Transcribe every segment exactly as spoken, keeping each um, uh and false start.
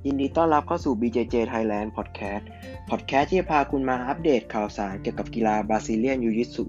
ยินดีต้อนรับเข้าสู่ บี เจ เจ Thailand Podcast Podcast ที่จะพาคุณมาอัปเดตข่าวสารเกี่ยวกับกีฬาบราซิเลียนยูจิตสึ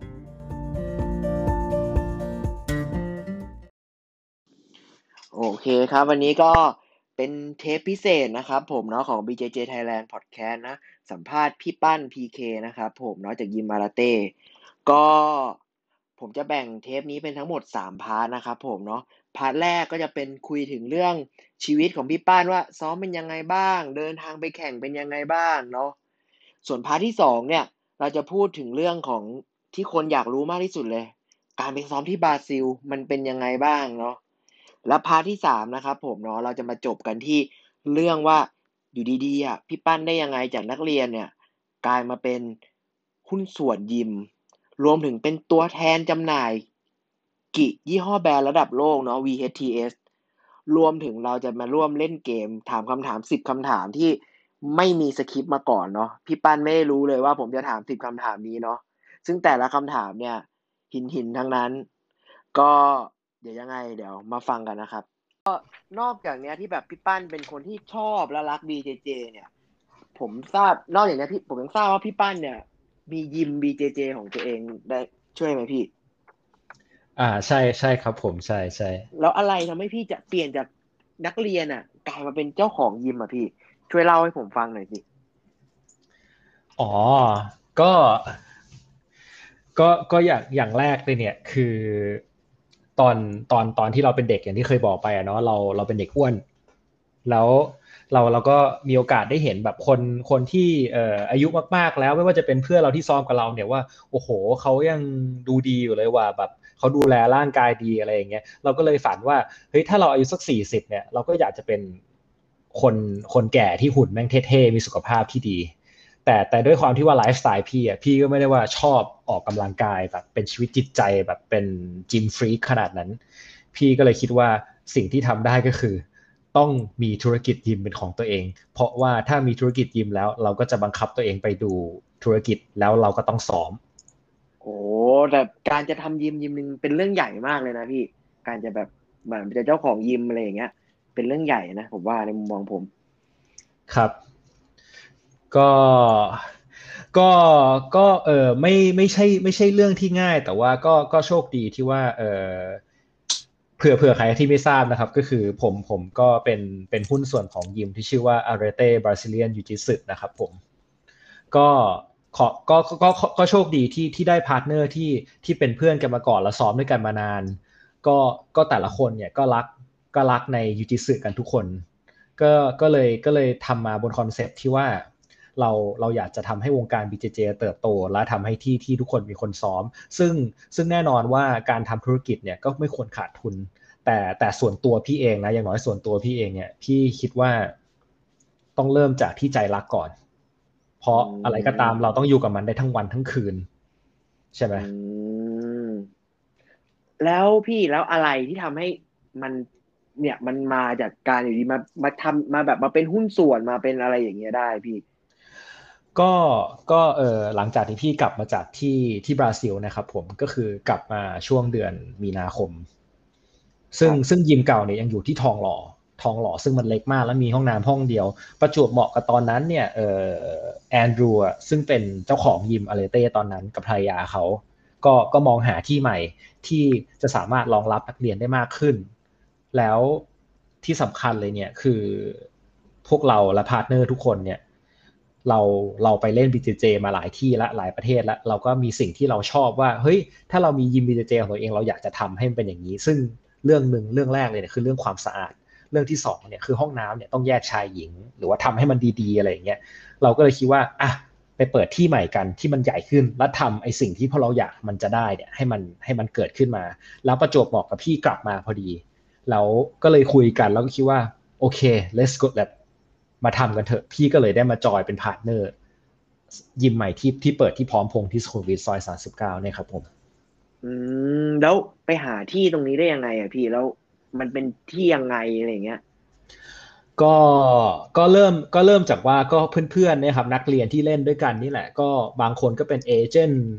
โอเคครับวันนี้ก็เป็นเทปพิเศษนะครับผมเนาะของ บี เจ เจ Thailand Podcast นะสัมภาษณ์พี่ปั้น พี เค นะครับผมเนาะจากยิมมาราเต้ก็ผมจะแบ่งเทปนี้เป็นทั้งหมดสามพาร์ทนะครับผมเนาะพาร์ทแรกก็จะเป็นคุยถึงเรื่องชีวิตของพี่ป้านว่าซ้อมเป็นยังไงบ้างเดินทางไปแข่งเป็นยังไงบ้างเนาะส่วนพาร์ทที่สองเนี่ยเราจะพูดถึงเรื่องของที่คนอยากรู้มากที่สุดเลยการไปซ้อมที่บราซิลมันเป็นยังไงบ้างเนาะและพาร์ทที่สามนะครับผมเนาะเราจะมาจบกันที่เรื่องว่าอยู่ดีๆอ่ะพี่ปั้นได้ยังไงจากนักเรียนเนี่ยกลายมาเป็นหุ้นส่วนยิมรวมถึงเป็นตัวแทนจำหน่ายกิยี่ห้อแบรนด์ระดับโลกเนาะ วี เอช ที เอส รวมถึงเราจะมาร่วมเล่นเกมถามคำถามสิบคำถามที่ไม่มีสคริปต์มาก่อนเนาะพี่ปั้นไม่ได้รู้เลยว่าผมจะถามสิบคำถามนี้เนาะซึ่งแต่ละคำถามเนี่ยหินหินทั้งนั้นก็เดี๋ยวยังไงเดี๋ยวมาฟังกันนะครับก็นอกจากเนี้ยที่แบบพี่ปั้นเป็นคนที่ชอบและรัก บี เจ เจ เนี่ยผมทราบนอกจากนี้พี่ผมยังทราบว่าพี่ปั้นเนี่ยมียิม บี เจ เจ ของตัวเองได้ช่วยไหมพี่อ่าใช่ใช่ครับผมใช่ใช่แล้วอะไรทำให้พี่จะเปลี่ยนจากนักเรียนอ่ะกลายมาเป็นเจ้าของยิมอ่ะพี่ช่วยเล่าให้ผมฟังหน่อยสิอ๋อก็ก็ก็อย่างอย่างแรกเลยเนี่ยคือตอนตอนตอนที่เราเป็นเด็กอย่างที่เคยบอกไปอะเนาะเราเราเป็นเด็กอ้วนแล้วเราเราก็มีโอกาสได้เห็นแบบคนคนที่เอ่ออายุมากๆแล้วไม่ว่าจะเป็นเพื่อนเราที่ซ้อมกับเราเนี่ยว่าโอ้โหเขายังดูดีอยู่เลยว่าแบบเขาดูแลร่างกายดีอะไรอย่างเงี้ยเราก็เลยฝันว่าเฮ้ยถ้าเราอายุสักสี่สิบเนี่ยเราก็อยากจะเป็นคนคนแก่ที่หุ่นแม่งเท่ๆมีสุขภาพที่ดี แต่แต่ด้วยความที่ว่าไลฟ์สไตล์พี่อ่ะพี่ก็ไม่ได้ว่าชอบออกกำลังกายแบบเป็นชีวิตจิตใจแบบเป็นจิมฟรีคขนาดนั้นพี่ก็เลยคิดว่าสิ่งที่ทำได้ก็คือต้องมีธุรกิจยิมเป็นของตัวเองเพราะว่าถ้ามีธุรกิจยิมแล้วเราก็จะบังคับตัวเองไปดูธุรกิจแล้วเราก็ต้องซ้อมโอ้แต่การจะทำยิมยิมหนึ่งเป็นเรื่องใหญ่มากเลยนะพี่การจะแบบเหมือนจะเจ้าของยิมอะไรอย่างเงี้ยเป็นเรื่องใหญ่นะผมว่าในมุมมองผมครับก็ก็ก็เออไม่ไม่ใช่ไม่ใช่เรื่องที่ง่ายแต่ว่าก็ก็โชคดีที่ว่าเออ เผื่อเผื่อใครที่ไม่ทราบนะครับก็คือผมผมก็เป็นเป็นหุ้นส่วนของยิมที่ชื่อว่า Arete Brazilian Jiu-Jitsu นะครับผมก็ขอก็ก็ก็ก็โชคดีที่ที่ได้พาร์ทเนอร์ที่ที่เป็นเพื่อนกันมาก่อนแล้วซ้อมด้วยกันมานานก็ก็แต่ละคนเนี่ยก็รักก็รักใน Jiu-Jitsu กันทุกคนก็ก็เลยก็เลยทำมาบนคอนเซปต์ที่ว่าเราเราอยากจะทำให้วงการ บี เจ เจ เติบโตและทำให้ที่ที่ทุกคนมีคนซ้อมซึ่งซึ่งแน่นอนว่าการทำธุรกิจเนี่ยก็ไม่ควรขาดทุน แต่แต่ส่วนตัวพี่เองนะอย่างน้อยส่วนตัวพี่เองเนี่ยพี่คิดว่าต้องเริ่มจากที่ใจรักก่อนเพอืราะอะไรก็ตามเราต้องมอยู่กับมันได้ทั้งวันทั้งคืนใช่ไหมอืมแล้วพี่แล้วอะไรที่ทำให้มันเนี่ยมันมาจากการอยู่ดีมามาทำมาแบบมาเป็นหุ้นส่วนมาเป็นอะไรอย่างเงี้ยได้พี่ก็ก็เออหลังจากที่พี่กลับมาจากที่ที่บราซิลนะครับผมก็คือกลับมาช่วงเดือนมีนาคมคซึ่งรับซึ่งยิมเก่าเนี่ยยังอยู่ที่ทองหล่อทองหล่อซึ่งมันเล็กมากแล้วมีห้องน้ำห้องเดียวประจวบเหมาะกับตอนนั้นเนี่ยเออแอนดรูว์ซึ่งเป็นเจ้าของยิมอาเลเต้ตอนนั้นกับภรรยาเขาก็ก็มองหาที่ใหม่ที่จะสามารถรองรับนักเรียนได้มากขึ้นแล้วที่สำคัญเลยเนี่ยคือพวกเราและพาร์ทเนอร์ทุกคนเนี่ยเราเราไปเล่น บี เจ เจ มาหลายที่และหลายประเทศแล้วเราก็มีสิ่งที่เราชอบว่าเฮ้ยถ้าเรามียิม บี เจ เจ ของตัวเองเราอยากจะทำให้มันเป็นอย่างนี้ซึ่งเรื่องหนึ่งเรื่องแรกเลยเนี่ยคือเรื่องความสะอาดเรื่องที่สองเนี่ยคือห้องน้ำเนี่ยต้องแยกชายหญิงหรือว่าทำให้มันดีๆอะไรอย่างเงี้ยเราก็เลยคิดว่าอ่ะไปเปิดที่ใหม่กันที่มันใหญ่ขึ้นแล้วทำไอ้สิ่งที่พวกเราอยากมันจะได้เนี่ยให้มันให้มันเกิดขึ้นมาแล้วประจวบเหมาะกับพี่กลับมาพอดีแล้วก็เลยคุยกันแล้วก็คิดว่าโอเค let's go แบบมาทำกันเถอะพี่ก็เลยได้มาจอยเป็นพาร์ทเนอร์ยิมใหม่ที่ที่เปิดที่พร้อมพงษ์ที่สุขุมวิทซอยสามสิบเก้าเนี่ยครับผมอืมแล้วไปหาที่ตรงนี้ได้ยังไงอะพี่แล้วมันเป็นที่ยังไงอะไรอย่างเงี้ยก็ก็เริ่มก็เริ่มจากว่าก็เพื่อนๆเนี่ยครับนักเรียนที่เล่นด้วยกันนี่แหละก็บางคนก็เป็นเอเจนต์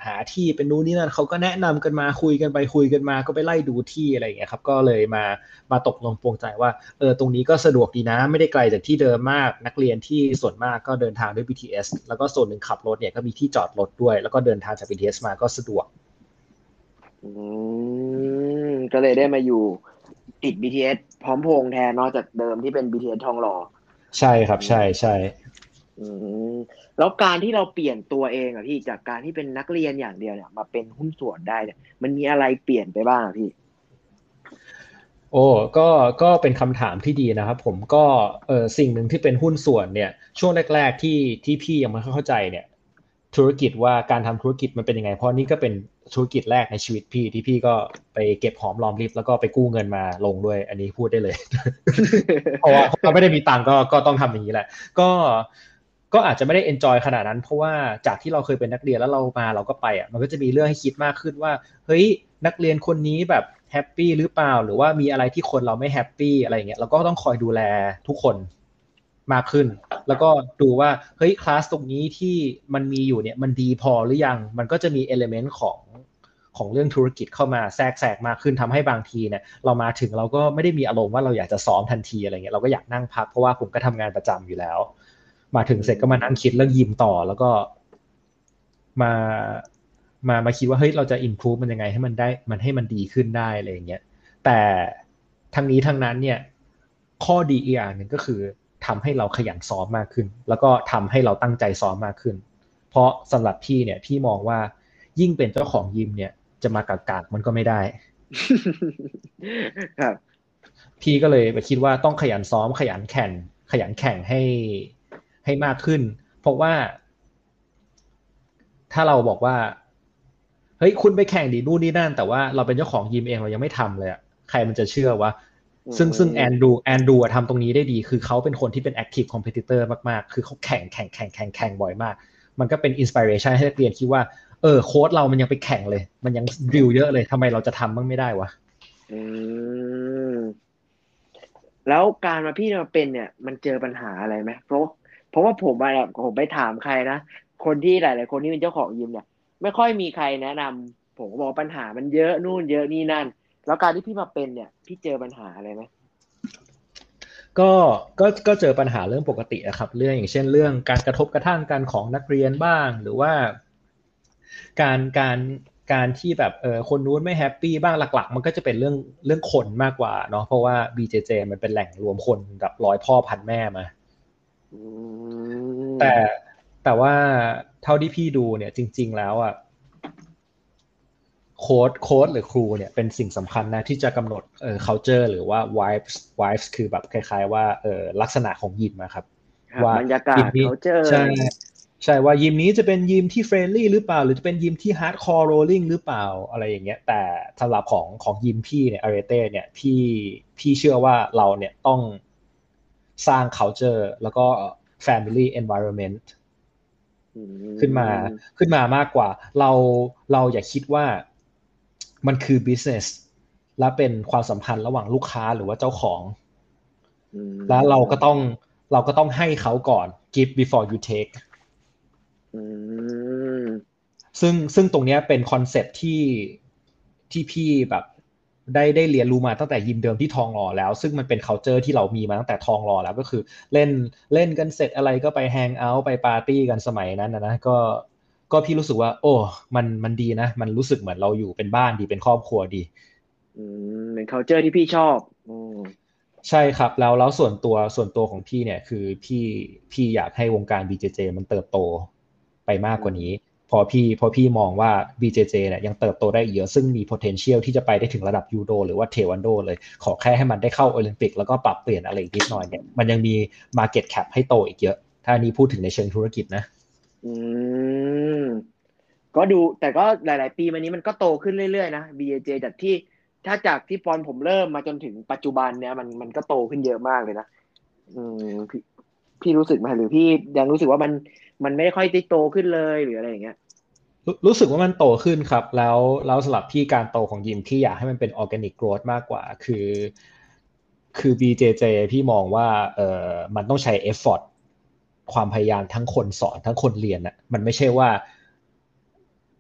หาที่เป็นนู้นนี่นั่นเขาก็แนะนำกันมาคุยกันไปคุยกันมาก็ไปไล่ดูที่อะไรอย่างเงี้ยครับก็เลยมามาตกลงปรงใจว่าเออตรงนี้ก็สะดวกดีนะไม่ได้ไกลจากที่เดิมมากนักเรียนที่ส่วนมากก็เดินทางด้วย บี ที เอส แล้วก็ส่วนหนึ่งขับรถเนี่ยก็มีที่จอดรถด้วยแล้วก็เดินทางจาก บี ที เอส มาก็สะดวกอืมก็เลยได้มาอยู่ติด บี ที เอส พร้อมพงษ์แทนเนาะจากเดิมที่เป็น บี ที เอส ทองหล่อใช่ครับใช่ใช่อืมแล้วการที่เราเปลี่ยนตัวเองอะพี่จากการที่เป็นนักเรียนอย่างเดียวเนี่ยมาเป็นหุ้นส่วนได้เนี่ยมันมีอะไรเปลี่ยนไปบ้างอะพี่โอ้ก็ก็เป็นคำถามที่ดีนะครับผมก็เออสิ่งหนึ่งที่เป็นหุ้นส่วนเนี่ยช่วงแรกๆที่ที่พี่ยังไม่เข้าใจเนี่ยธุรกิจว่าการทำธุรกิจมันเป็นยังไงเพราะนี่ก็เป็นธุรกิจแรกในชีวิตพี่ที่พี่ก็ไปเก็บหอมรอมริบแล้วก็ไปกู้เงินมาลงด้วยอันนี้พูดได้เลย เพราะว่าเราไม่ได้มีตังค์ก็ก็ต้องทำอย่างนี้แหละก็ก็อาจจะไม่ได้เอนจอยขนาดนั้นเพราะว่าจากที่เราเคยเป็นนักเรียนแล้วเรามาเราก็ไปอ่ะมันก็จะมีเรื่องให้คิดมากขึ้นว่าเฮ้ยนักเรียนคนนี้แบบแฮปปี้หรือเปล่าหรือว่ามีอะไรที่คนเราไม่แฮปปี้อะไรอย่างเงี้ยเราก็ต้องคอยดูแลทุกคนมากขึ้นแล้วก็ดูว่าเฮ้ยคลาสตรงนี้ที่มันมีอยู่เนี่ยมันดีพอหรือยังมันก็จะมีเอลิเมนต์ของของเรื่องธุรกิจเข้ามาแทรกแทรกมากขึ้นทำให้บางทีเนี่ยเรามาถึงเราก็ไม่ได้มีอารมณ์ว่าเราอยากจะซ้อมทันทีอะไรเงี้ยเราก็อยากนั่งพักเพราะว่าผมก็ทำงานประจำอยู่แล้วมาถึงเสร็จก็มานั่งคิดเรื่องยิมต่อแล้วก็มามามาคิดว่าเฮ้ยเราจะ improve มันยังไงให้มันได้มันให้มันดีขึ้นได้อะไรอย่างเงี้ยแต่ทั้งนี้ทั้งนั้นเนี่ยข้อดีอีกอย่างหนึ่งก็คือทำให้เราขยันซ้อมมากขึ้นแล้วก็ทำให้เราตั้งใจซ้อมมากขึ้นเพราะสำหรับพี่เนี่ยพี่มองว่ายิ่งเป็นเจ้าของยิมเนี่ยจะมากากๆมันก็ไม่ได้ครับพี่ก็เลยไปคิดว่าต้องขยันซ้อมขยันแข่งขยันแข่งให้ให้มากขึ้นเพราะว่าถ้าเราบอกว่าเฮ้ยคุณไปแข่งดินู่นนี่นั่นแต่ว่าเราเป็นเจ้าของยิมเองเรายังไม่ทำเลยอะใครมันจะเชื่อว่าซึ่งซึ่งแอนดรูแอนดรูทำตรงนี้ได้ดีคือเขาเป็นคนที่เป็น active competitor มากๆคือเขาแข่งแข่งแข่งแข่งแข่งบ่อยมากมันก็เป็น inspiration ให้นักเรียนคิดว่าเออโค้ชเรามันยังไปแข่งเลยมันยังดริลเยอะเลยทำไมเราจะทำบ้างไม่ได้วะอืมแล้วการมาพี่มาเป็นเนี่ยมันเจอปัญหาอะไรไหมเพราะเพราะว่าผมอะแบบผมไปถามใครนะคนที่หลายๆคนที่เป็นเจ้าของยิมเนี่ยไม่ค่อยมีใครแนะนำผมก็บอกปัญหามันเยอะนู่นเยอะนี่นั่นแล้วการที่พี่มาเป็นเนี่ยพี่เจอปัญหาอะไรไหมก็ก็ก็เจอปัญหาเรื่องปกติอะครับเรื่องอย่างเช่นเรื่องการกระทบกระทั่งกันของนักเรียนบ้างหรือว่าการการการที่แบบเออคนนู้นไม่แฮปปี้บ้างหลักๆมันก็จะเป็นเรื่องเรื่องคนมากกว่าเนาะเพราะว่า บี เจ เจ มันเป็นแหล่งรวมคนแบบร้อยพ่อพันแม่มาอืแต่มแต่ว่าเท่าที่พี่ดูเนี่ยจริงๆแล้วอ่ะโค้ดโค้ดหรือครูเนี่ยเป็นสิ่งสำคัญนะที่จะกำหนดเอ่อ culture หรือว่า vibes vibes คือแบบคล้ายๆว่าเอ่อลักษณะของยิมนะครับว่าครับบรรยากาศยิมนี้ culture อะใช่ไรอย่างงี้ใช่ว่ายิมนี้จะเป็นยิมที่เฟรนลี่หรือเปล่าหรือจะเป็นยิมที่ hardcore rolling หรือเปล่าอะไรอย่างเงี้ยแต่สำหรับของของยิมพี่เนี่ยอาร์เต้เนี่ยพี่พี่เชื่อว่าเราเนี่ยต้องสร้าง culture แล้วก็ family environment อืขึ้นมามขึ้นมามากกว่าเราเราอย่าคิดว่ามันคือ business และเป็นความสัมพันธ์ระหว่างลูกค้าหรือว่าเจ้าของอืแล้วเราก็ต้องมเราก็ต้องให้เขาก่อน give before you take อืมซึ่งซึ่งตรงนี้เป็นคอนเซ็ปต์ที่ที่พี่แบบได้ได้เรียนรู้มาตั้งแต่ยิมเดิมที่ทองหล่อแล้วซึ่งมันเป็น culture ที่เรามีมาตั้งแต่ทองหล่อแล้วก็คือเล่นเล่นกันเสร็จอะไรก็ไปแฮงเอาท์ไปปาร์ตี้กันสมัยนั้นนะนะก็ก็พี่รู้สึกว่าโอ้มันมันดีนะมันรู้สึกเหมือนเราอยู่เป็นบ้านดีเป็นครอบครัวดีอืมเป็น culture ที่พี่ชอบอืมใช่ครับแล้วแล้วส่วนตัวส่วนตัวของพี่เนี่ยคือพี่พี่อยากให้วงการ บี เจ เจ มันเติบโตไปมากอืมกว่านี้พอพี่พอพี่มองว่า บี เจ เจ เนี่ยยังเติบโตได้เยอะซึ่งมี potential ที่จะไปได้ถึงระดับยูโดหรือว่าเทควันโดเลยขอแค่ให้มันได้เข้าโอลิมปิกแล้วก็ปรับเปลี่ยนอะไรอีกนิดหน่อยเนี่ยมันยังมี market cap ให้โตอีกเยอะถ้านี้พูดถึงในเชิงธุรกิจนะอืมก็ดูแต่ก็หลายๆปีมานี้มันก็โตขึ้นเรื่อยๆนะ บี เอ เจ จากที่ถ้าจากที่ตอนผมเริ่มมาจนถึงปัจจุบันเนี้ยมันมันก็โตขึ้นเยอะมากเลยนะอืมพี่พี่รู้สึกไหมหรือพี่ยังรู้สึกว่ามันมันไม่ค่อยได้โตขึ้นเลยหรืออะไรอย่างเงี้ยรู้รู้สึกว่ามันโตขึ้นครับแล้วแล้วสำหรับพี่การโตของยิมพี่อยากให้มันเป็น organic growth มากกว่าคือคือ บี เจ เจ พี่มองว่าเอ่อมันต้องใช้ effort ความพยายามทั้งคนสอนทั้งคนเรียนน่ะมันไม่ใช่ว่า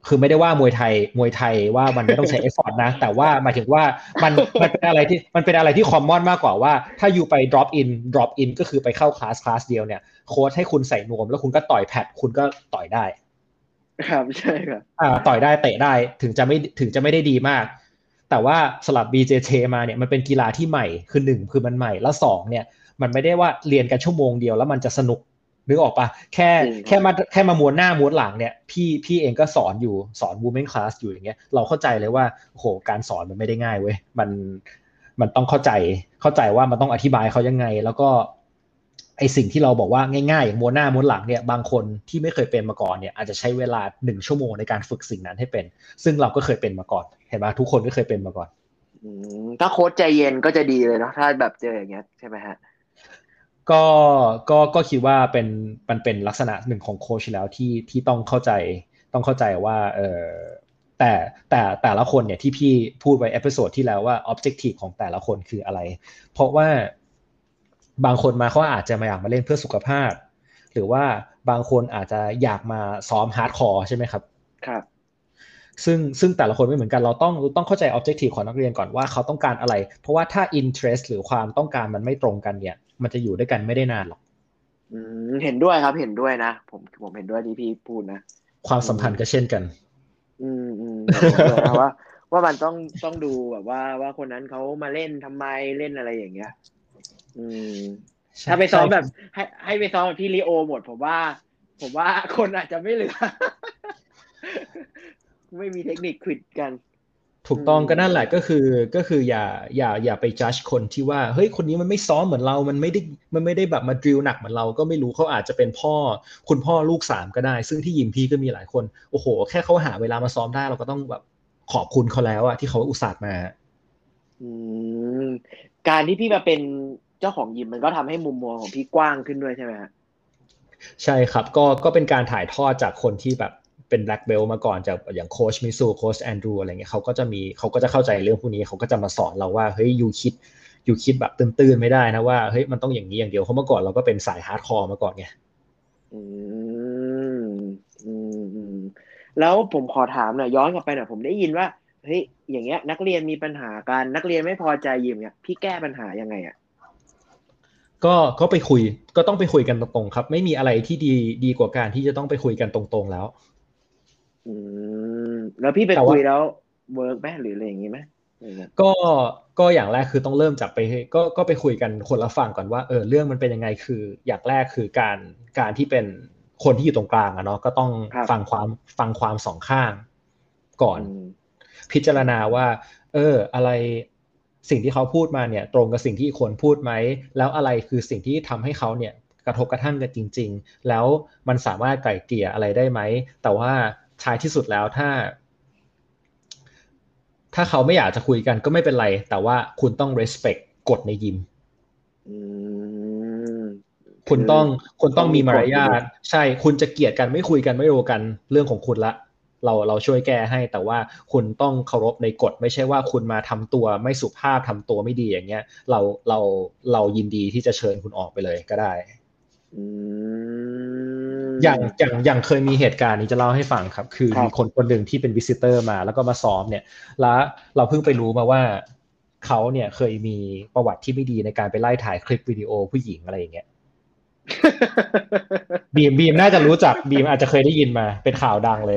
คือไม่ได้ว่ามวยไทยมวยไทยว่ามันไม่ต้องใช้เอฟฟอร์ตนะแต่ว่าหมายถึงว่ามันมันเป็นอะไรที่มันเป็นอะไรที่คอมมอนมากกว่าว่าถ้าอยู่ไป drop in drop in ก็คือไปเข้าคลาสคลาสเดียวเนี่ยโค้ชให้คุณใส่นวมแล้วคุณก็ต่อยแพดคุณก็ต่อยได้ครับใช่ครับอ่าต่อยได้เตะได้ถึงจะไม่ถึงจะไม่ได้ดีมากแต่ว่าสลับ บี เจ เจ มาเนี่ยมันเป็นกีฬาที่ใหม่คือหนึ่งคือมันใหม่แล้วสองเนี่ยมันไม่ได้ว่าเรียนกันชั่วโมงเดียวแล้วมันจะสนุกนึกออกปะแค่จริงครับแค่มาแค่มาม้วนหน้าม้วนหลังเนี่ยพี่พี่เองก็สอนอยู่สอน women class อยู่อย่างเงี้ยเราเข้าใจเลยว่าโอ้โหการสอนมันไม่ได้ง่ายเว้ยมันมันต้องเข้าใจเข้าใจว่ามันต้องอธิบายเขายังไงแล้วก็ไอสิ่งที่เราบอกว่าง่ายๆอย่างม้วนหน้าม้วนหลังเนี่ยบางคนที่ไม่เคยเป็นมาก่อนเนี่ยอาจจะใช้เวลาหนึ่งชั่วโมงในการฝึกสิ่งนั้นให้เป็นซึ่งเราก็เคยเป็นมาก่อนเห็นไหมทุกคนก็เคยเป็นมาก่อนอืมถ้าโค้ชใจเย็นก็จะดีเลยเนาะถ้าแบบเจออย่างเงี้ยใช่ไหมฮะก็ก็ก็คิดว่าเป็นมันเป็นลักษณะหนึ่งของโค้ชแล้วที่ที่ต้องเข้าใจต้องเข้าใจว่าเออแต่แต่แต่ละคนเนี่ยที่พี่พูดไว้เอพิโซดที่แล้วว่า objective ของแต่ละคนคืออะไรเพราะว่าบางคนมาเขาอาจจะมาอยากมาเล่นเพื่อสุขภาพหรือว่าบางคนอาจจะอยากมาซ้อมฮาร์ดคอร์ใช่ไหมครับครับซึ่งซึ่งแต่ละคนไม่เหมือนกันเราต้องต้องเข้าใจ objective ของนักเรียนก่อนว่าเขาต้องการอะไรเพราะว่าถ้า interest หรือความต้องการมันไม่ตรงกันเนี่ยมันจะอยู่ด้วยกันไม่ได้นานหรอกอืมเห็นด้วยครับเห็นด้วยนะผมผมเห็นด้วยที่พี่พูดนะความอืมสัมพันธ์ก็เช่นกันอืมอืมเห็นเห็นด้วยนะว่าว่ามันต้องต้องดูแบบว่าว่าคนนั้นเขามาเล่นทำไมเล่นอะไรอย่างเงี้ยอืมใช่ถ้าไปซ้ใช่อมแบบให้ให้ไปซ้อมแบบพี่ลีโอหมดผมว่าผมว่าคนอาจจะไม่เหลือไม่มีเทคนิคขวิดกันถูอืกต้องมก็นั่นแหละก็คือก็คืออย่าอย่าอย่าไปจัดคนที่ว่าเฮ้ยคนนี้มันไม่ซ้อมเหมือนเรามันไม่ได้มันไม่ได้แบบมาดริลหนักเหมือนเราก็ไม่รู้เขาอาจจะเป็นพ่อคุณพ่อลูกสามก็ได้ซึ่งที่ยิมพี่ก็มีหลายคนโอ้โหแค่เขาหาเวลามาซ้อมได้เราก็ต้องแบบขอบคุณเขาแล้วอะที่เขาอุตส่าห์มาอืมการที่พี่มาเป็นเจ้าของยิมมันก็ทำให้มุมมองของพี่กว้างขึ้นด้วยใช่ไหมฮะใช่ครับก็ก็เป็นการถ่ายทอดจากคนที่แบบเป็นแบล็กเบลมาก่อนจากอย่างโค้ชมิสูโค้ชแอนดรูอะไรเงี้ยเขาก็จะมีเขาก็จะเข้าใจเรื่องพวกนี้เขาก็จะมาสอนเราว่าเฮ้ยยูคิดยูคิดแบบตื้นๆไม่ได้นะว่าเฮ้ยมันต้องอย่างนี้อย่างเดียวเพราะเมื่อก่อนเราก็เป็นสายฮาร์ดคอร์มาก่อนไงอืมอืมอืมแล้วผมขอถามหน่อยย้อนกลับไปหน่อยผมได้ยินว่าเฮ้ยอย่างเงี้ยนักเรียนมีปัญหากันนักเรียนไม่พอใจยิมเนี่ยพี่แก้ปัญหายังไงอ่ะก็ก็ไปคุยก็ต้องไปคุยกันตรงๆครับไม่มีอะไรที่ดีดีกว่าการที่จะต้องไปคุยกันตรงๆแล้วอืมแล้วพี่ไปแต่ว่าคุยแล้วเวิร์กไหมหรืออะไรอย่างงี้ไหมอะไรเงี้ยก็ก็อย่างแรกคือต้องเริ่มจากไปก็ก็ไปคุยกันคนละฝั่งก่อนว่าเออเรื่องมันเป็นยังไงคืออย่างแรกคือการการที่เป็นคนที่อยู่ตรงกลางอะเนาะก็ต้องครับฟังความฟังความสองข้างก่อนอืมพิจารณาว่าเอออะไรสิ่งที่เขาพูดมาเนี่ยตรงกับสิ่งที่คนพูดไหมแล้วอะไรคือสิ่งที่ทำให้เขาเนี่ยกระทบกระทั่งกันจริงๆแล้วมันสามารถไกล่เกลี่ยอะไรได้ไหมแต่ว่าท้ายที่สุดแล้วถ้า ถ้าเขาไม่อยากจะคุยกันก็ไม่เป็นไรแต่ว่าคุณต้อง respect กฎในยิมอืมคือคุณต้องคุณต้องมีต้องมีมารกฎอยู่ดียาทใช่คุณจะเกลียดกันไม่คุยกันไม่รู้กันเรื่องของคุณละเราเราช่วยแก้ให้แต่ว่าคุณต้องเคารพในกฎไม่ใช่ว่าคุณมาทำตัวไม่สุภาพทำตัวไม่ดีอย่างเงี้ยเราเราเรายินดีที่จะเชิญคุณออกไปเลยก็ได้อือย่างอมย่างอย่างเคยมีเหตุการณ์นี้จะเล่าให้ฟังครับคือครับมีคนคนหนึ่งที่เป็นวิสิเตอร์มาแล้วก็มาซ้อมเนี่ยแล้วเราเพิ่งไปรู้มาว่าเขาเนี่ยเคยมีประวัติที่ไม่ดีในการไปไล่ถ่ายคลิปวิดีโอผู้หญิงอะไรอย่างเงี้ย บีมบีมน่าจะรู้จักบีมอาจจะเคยได้ยินมาเป็นข่าวดังเลย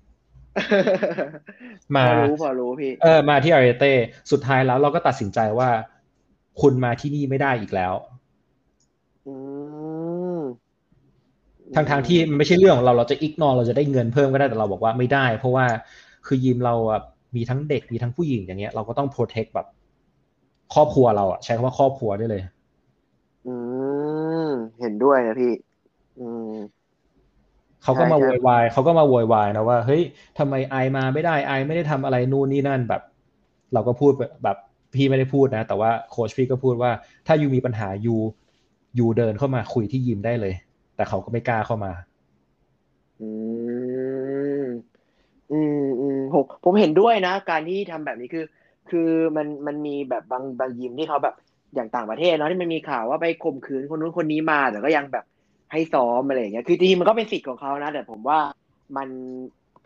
พอมารู้พอรู้พี่เออมาที่อาริเต้สุดท้ายแล้วเราก็ตัดสินใจว่าคุณมาที่นี่ไม่ได้อีกแล้วอืมอืทั้งทางที่มันไม่ใช่มเรื่องของเราเราจะอิกนอเราจะได้เงินเพิ่มก็ได้แต่เราบอกว่าไม่ได้เพราะว่าคือยิมเราอ่ะมีทั้งเด็กมีทั้งผู้หญิงอย่างเงี้ยเราก็ต้องโปรเทคแบบครอบครัวเราอ่ะใช้คำว่าครอบครัวได้เลยอืมเห็นด้วยนะพี่อืมเขาก็มาใช่ใช่โวยวายเขาก็มาโวยวายนะว่าเฮ้ยทำไมไอมาไม่ได้ไอไม่ได้ทำอะไรนู่นนี่นั่นแบบเราก็พูดแบบพี่ไม่ได้พูดนะแต่ว่าโค้ชพี่ก็พูดว่าถ้ายูมีปัญหายูยูเดินเข้ามาคุยที่ยิมได้เลยแต่เขาก็ไม่กล้าเข้ามาอืมอืมอืมผมผมเห็นด้วยนะการที่ทำแบบนี้คือคือมันมันมีแบบบางบางยิมที่เขาแบบอย่างต่างประเทศเนาะที่มันมีข่าวว่าไปข่มขืนคนนู้นคนนี้มาแต่ก็ยังแบบให้ซ้อมอะไรอย่างเงี้ยคือจริงๆมันก็เป็นสิทธิ์ของเขานะแต่ผมว่ามัน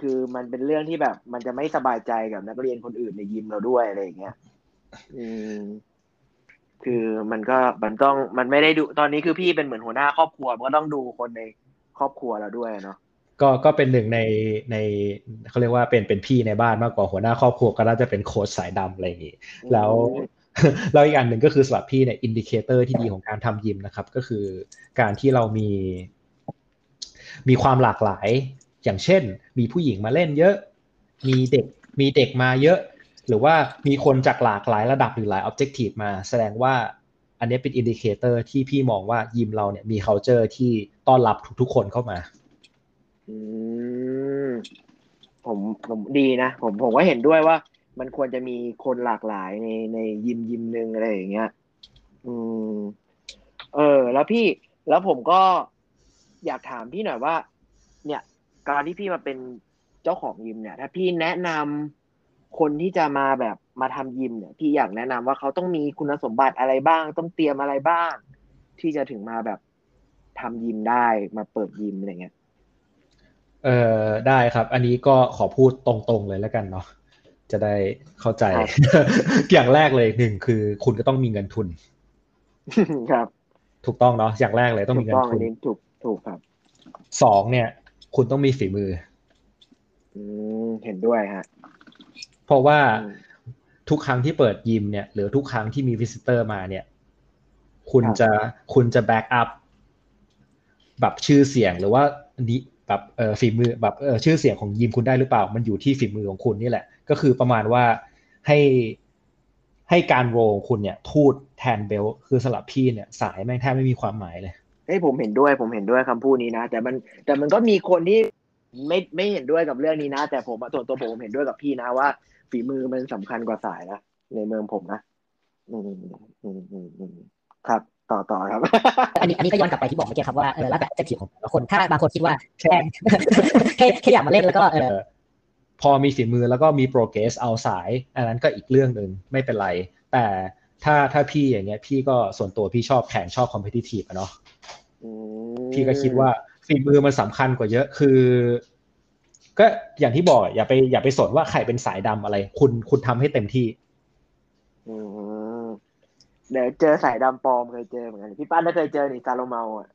คือมันเป็นเรื่องที่แบบมันจะไม่สบายใจกับนักเรียนคนอื่นในยิมเราด้วยอะไรอย่างเงี้ยอืมคือมันก็มันต้องมันไม่ได้ดูตอนนี้คือพี่เป็นเหมือนหัวหน้าครอบครัวมันก็ต้องดูคนในครอบครัวเราด้วยเนาะก็ก็เป็นหนึ่งในในเขาเรียกว่าเป็นเป็นพี่ในบ้านมากกว่าหัวหน้าครอบครัวก็น่าจะเป็นโค้ชสายดำอะไรอย่างงี้อืแล้วมแล้วอีกอันหนึ่งก็คือสำหรับพี่เนี่ยอินดิเคเตอร์ที่ดีของการทำยิมนะครับก็คือการที่เรามีมีความหลากหลายอย่างเช่นมีผู้หญิงมาเล่นเยอะมีเด็กมีเด็กมาเยอะหรือว่ามีคนจากหลากหลายระดับหรือหลาย objective มาแสดงว่าอันนี้เป็นอินดิเคเตอร์ที่พี่มองว่ายิมเราเนี่ยมี culture ที่ต้อนรับทุกๆคนเข้ามาอืมผมผมดีนะผมผมก็เห็นด้วยว่ามันควรจะมีคนหลากหลายในในยิมยิมหนึ่งอะไรอย่างเงี้ยอืมเออแล้วพี่แล้วผมก็อยากถามพี่หน่อยว่าเนี่ยการที่พี่มาเป็นเจ้าของยิมเนี่ยถ้าพี่แนะนำคนที่จะมาแบบมาทำยิมเนี่ยพี่อยากแนะนำว่าเขาต้องมีคุณสมบัติอะไรบ้างต้องเตรียมอะไรบ้างที่จะถึงมาแบบทำยิมได้มาเปิดยิมอะไรเงี้ยเอ่อได้ครับอันนี้ก็ขอพูดตรงๆเลยแล้วกันเนาะจะได้เข้าใจครับอย่างแรกเลยหนึ่งคือคุณก็ต้องมีเงินทุนครับถูกต้องเนาะอย่างแรกเลยต้องถูกต้องอันมีเงินทุนนี้ถูกถูกครับสองเนี่ยคุณต้องมีฝีมืออืมเห็นด้วยฮะเพราะว่าอืมทุกครั้งที่เปิดยิมเนี่ยหรือทุกครั้งที่มีวิสิเตอร์มาเนี่ยคุณครับจะคุณจะแบ็กอัพแบบชื่อเสียงหรือว่านี้แบบเออฝีมือแบบเออชื่อเสียงของยิมคุณได้หรือเปล่ามันอยู่ที่ฝีมือของคุณนี่แหละก็คือประมาณว่าให้ให้การโรของคุณเนี่ยพูดแทนเบลคือสำหรับพี่เนี่ยสายแม่งแทบไม่มีความหมายเลยเฮ้ยผมเห็นด้วยผมเห็นด้วยคำพูดนี้นะแต่มันแต่มันก็มีคนที่ไม่ไม่เห็นด้วยกับเรื่องนี้นะแต่ผมอะส่วนตัวผมเห็นด้วยกับพี่นะว่าฝีมือมันสำคัญกว่าสายนะในเมืองผมนะอืมอืมอืมอืมครับต่อต่อครับอันนี้อันนี้ก็ย้อนกลับไปที่บอกเมื่อกี้ครับว่าเออแล้วแต่ objective ของแต่ละคนถ้าบางคนคิดว่าแค่ แค่แค่อยากมาเล่นแล้วก็เออพอมีฝีมือแล้วก็มีโปรเกรสเอาสายอันนั้นก็อีกเรื่องหนึ่งไม่เป็นไรแต่ถ้าถ้าพี่อย่างเงี้ยพี่ก็ส่วนตัวพี่ชอบแข่งชอบคอมเพทิทีฟอะเนาะพี่ก็คิดว่าฝีมือมันสำคัญกว่าเยอะคือก็อย่างที่บอกอย่าไปอย่าไปสนว่าใครเป็นสายดำอะไรคุณคุณทำให้เต็มที่อืมเดี๋ยวเจอสายดำปลอมเคยเจอเหมือนกันพี่ป้านได้เคยเจอนี่ซาโลเมาอ่ะ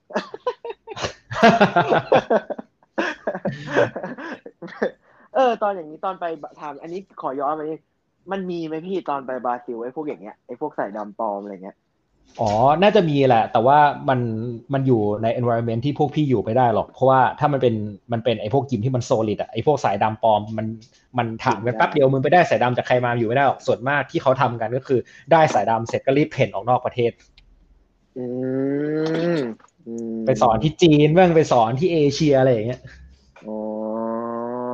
เออตอนอย่างนี้ตอนไปถามอันนี้ขอย้อนไปนี่มันมีไหมพี่ตอนไปบราซิลไอ้พวกอย่างเงี้ยไอ้พวกสายดำปลอมอะไรเงี้ยอ๋อน่าจะมีแหละแต่ว่ามันมันอยู่ใน environment ที่พวกพี่อยู่ไม่ได้หรอกเพราะว่าถ้ามันเป็นมันเป็นไอ้พวกยิมที่มันโซลิดอะไอ้พวกสายดำปลอมมันมันถามกันแป๊บเดียวมึงไปได้สายดำจากใครมาอยู่ไม่ได้หรอกส่วนมากที่เขาทำกันก็คือได้สายดำเสร็จก็รีบเพ่นออกนอกประเทศอืมอืไปสอนที่มจีนบ้างไปสอนที่เอเชียอะไรอย่างเงี้ยอ๋อ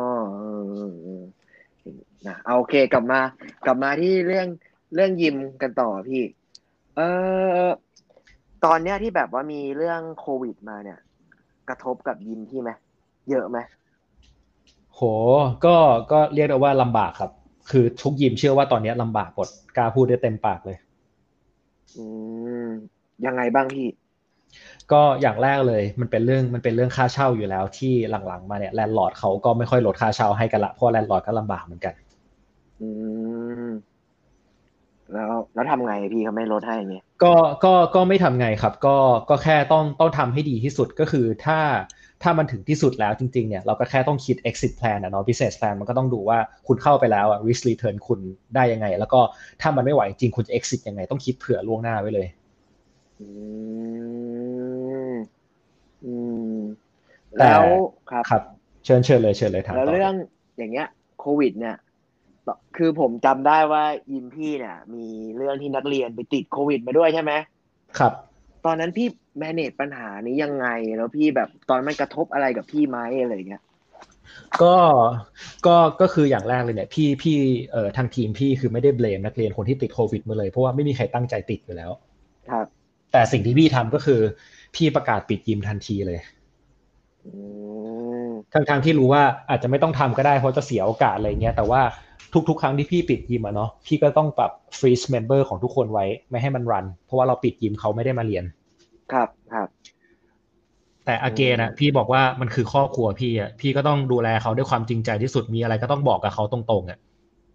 นะเอาโอเคกลับมากลับมาที่เรื่องเรื่องยิมกันต่อพี่เออตอนเนี้ยที่แบบว่ามีเรื่องโควิดมาเนี่ยกระทบกับยิมพี่ไหมเยอะไหมโหก็ก็เรียกได้ว่าลำบากครับคือทุกยิมเชื่อว่าตอนนี้ลำบากหมดกล้าพูดได้เต็มปากเลยอืมยังไงบ้างพี่ก็อย่างแรกเลยมันเป็นเรื่องมันเป็นเรื่องค่าเช่าอยู่แล้วที่หลังๆมาเนี่ยแลนด์ลอร์ดเขาก็ไม่ค่อยลดค่าเช่าให้กันละเพราะแลนด์ลอร์ดก็ลำบากเหมือนกันอืมแล้วแล้วทำไงพี่เขาไม่ลดให้เงี้ยก็ก็ก็ไม่ทำไงครับก็ก็แค่ต้องต้องทำให้ดีที่สุดก็คือถ้าถ้ามันถึงที่สุดแล้วจริงๆเนี่ยเราก็แค่ต้องคิด exit plan นะเนาะ business plan มันก็ต้องดูว่าคุณเข้าไปแล้วอะ risk return คุณได้ยังไงแล้วก็ถ้ามันไม่ไหวจริงคุณจะ exit ยังไงต้องคิดเผื่อล่วงหน้าไว้เลยอืมอืมแต่แล้วครับครับเชิญเชิญเลยเชิญเลยถามต่อเลยแล้วเรื่องอย่างเงี้ยโควิดเนี่ยคือผมจำได้ว่ายิมพี่เนี่ยมีเรื่องที่นักเรียนไปติดโควิดมาด้วยใช่ไหมครับตอนนั้นพี่ manage ปัญหานี้ยังไงแล้วพี่แบบตอนมันกระทบอะไรกับพี่ไหมอะไรเงี้ยก็ก็ก็คืออย่างแรกเลยเนี่ยพี่พี่เอ่อทางทีมพี่คือไม่ได้เบลมนักเรียนคนที่ติดโควิดมาเลยเพราะว่าไม่มีใครตั้งใจติดอยู่แล้วครับแต่สิ่งที่พี่ทำก็คือพี่ประกาศปิดยิมทันทีเลยอืมทั้งทางที่รู้ว่าอาจจะไม่ต้องทำก็ได้เพราะจะเสียโอกาสอะไรเงี้ยแต่ว่าทุกๆครั้งที่พี่ปิดยิมอะเนาะพี่ก็ต้องปรับฟรีซเมมเบอร์ของทุกคนไว้ไม่ให้มันรันเพราะว่าเราปิดยิมเขาไม่ได้มาเรียนครับครับแต่อเกนอ่ะพี่บอกว่ามันคือครอบครัวพี่อ่ะพี่ก็ต้องดูแลเขาด้วยความจริงใจที่สุดมีอะไรก็ต้องบอกกับเขาตรงๆอ่ะ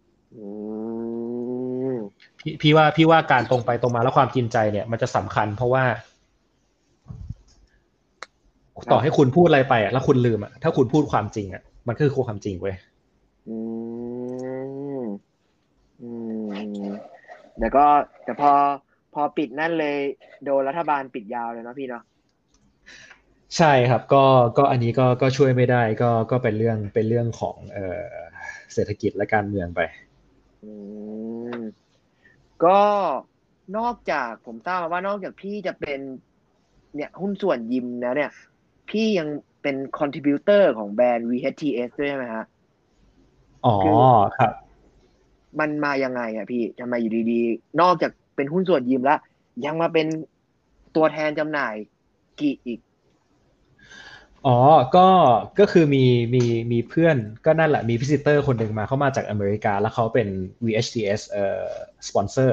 พี่พี่ว่าพี่ว่าการตรงไปตรงมาและความจริงใจเนี่ยมันจะสำคัญเพราะว่าต่อให้คุณพูดอะไรไปอ่ะแล้วคุณลืมอ่ะถ้าคุณพูดความจริงอ่ะมันก็คือความจริงเว้ยอืมอืมแต่ก็แต่พอพอปิดนั่นเลยโดนรัฐบาลปิดยาวเลยเนาะพี่เนาะใช่ครับก็ก็อันนี้ก็ก็ช่วยไม่ได้ก็ก็เป็นเรื่องเป็นเรื่องของเอ่อเศรษฐกิจและการเมืองไปอืมก็นอกจากผมทราบมาว่านอกจากพี่จะเป็นเนี่ยหุ้นส่วนยิมนะเนี่ยพี่ยังเป็นคอนทริบิวเตอร์ของแบรนด์ วี เอช ที เอส ด้วยใช่ไหมฮะอ๋อคือครับมันมายังไงอ่ะพี่ทำไมอยู่ดีๆนอกจากเป็นหุ้นส่วนยิมแล้วยังมาเป็นตัวแทนจำหน่ายกี่อีกอ๋อก็ก็คือมีมีมีเพื่อนก็นั่นแหละมีพิซิเตอร์คนหนึ่งมาเขามาจากอเมริกาแล้วเขาเป็น วี เอช ที เอส เอ่อสปอนเซอร์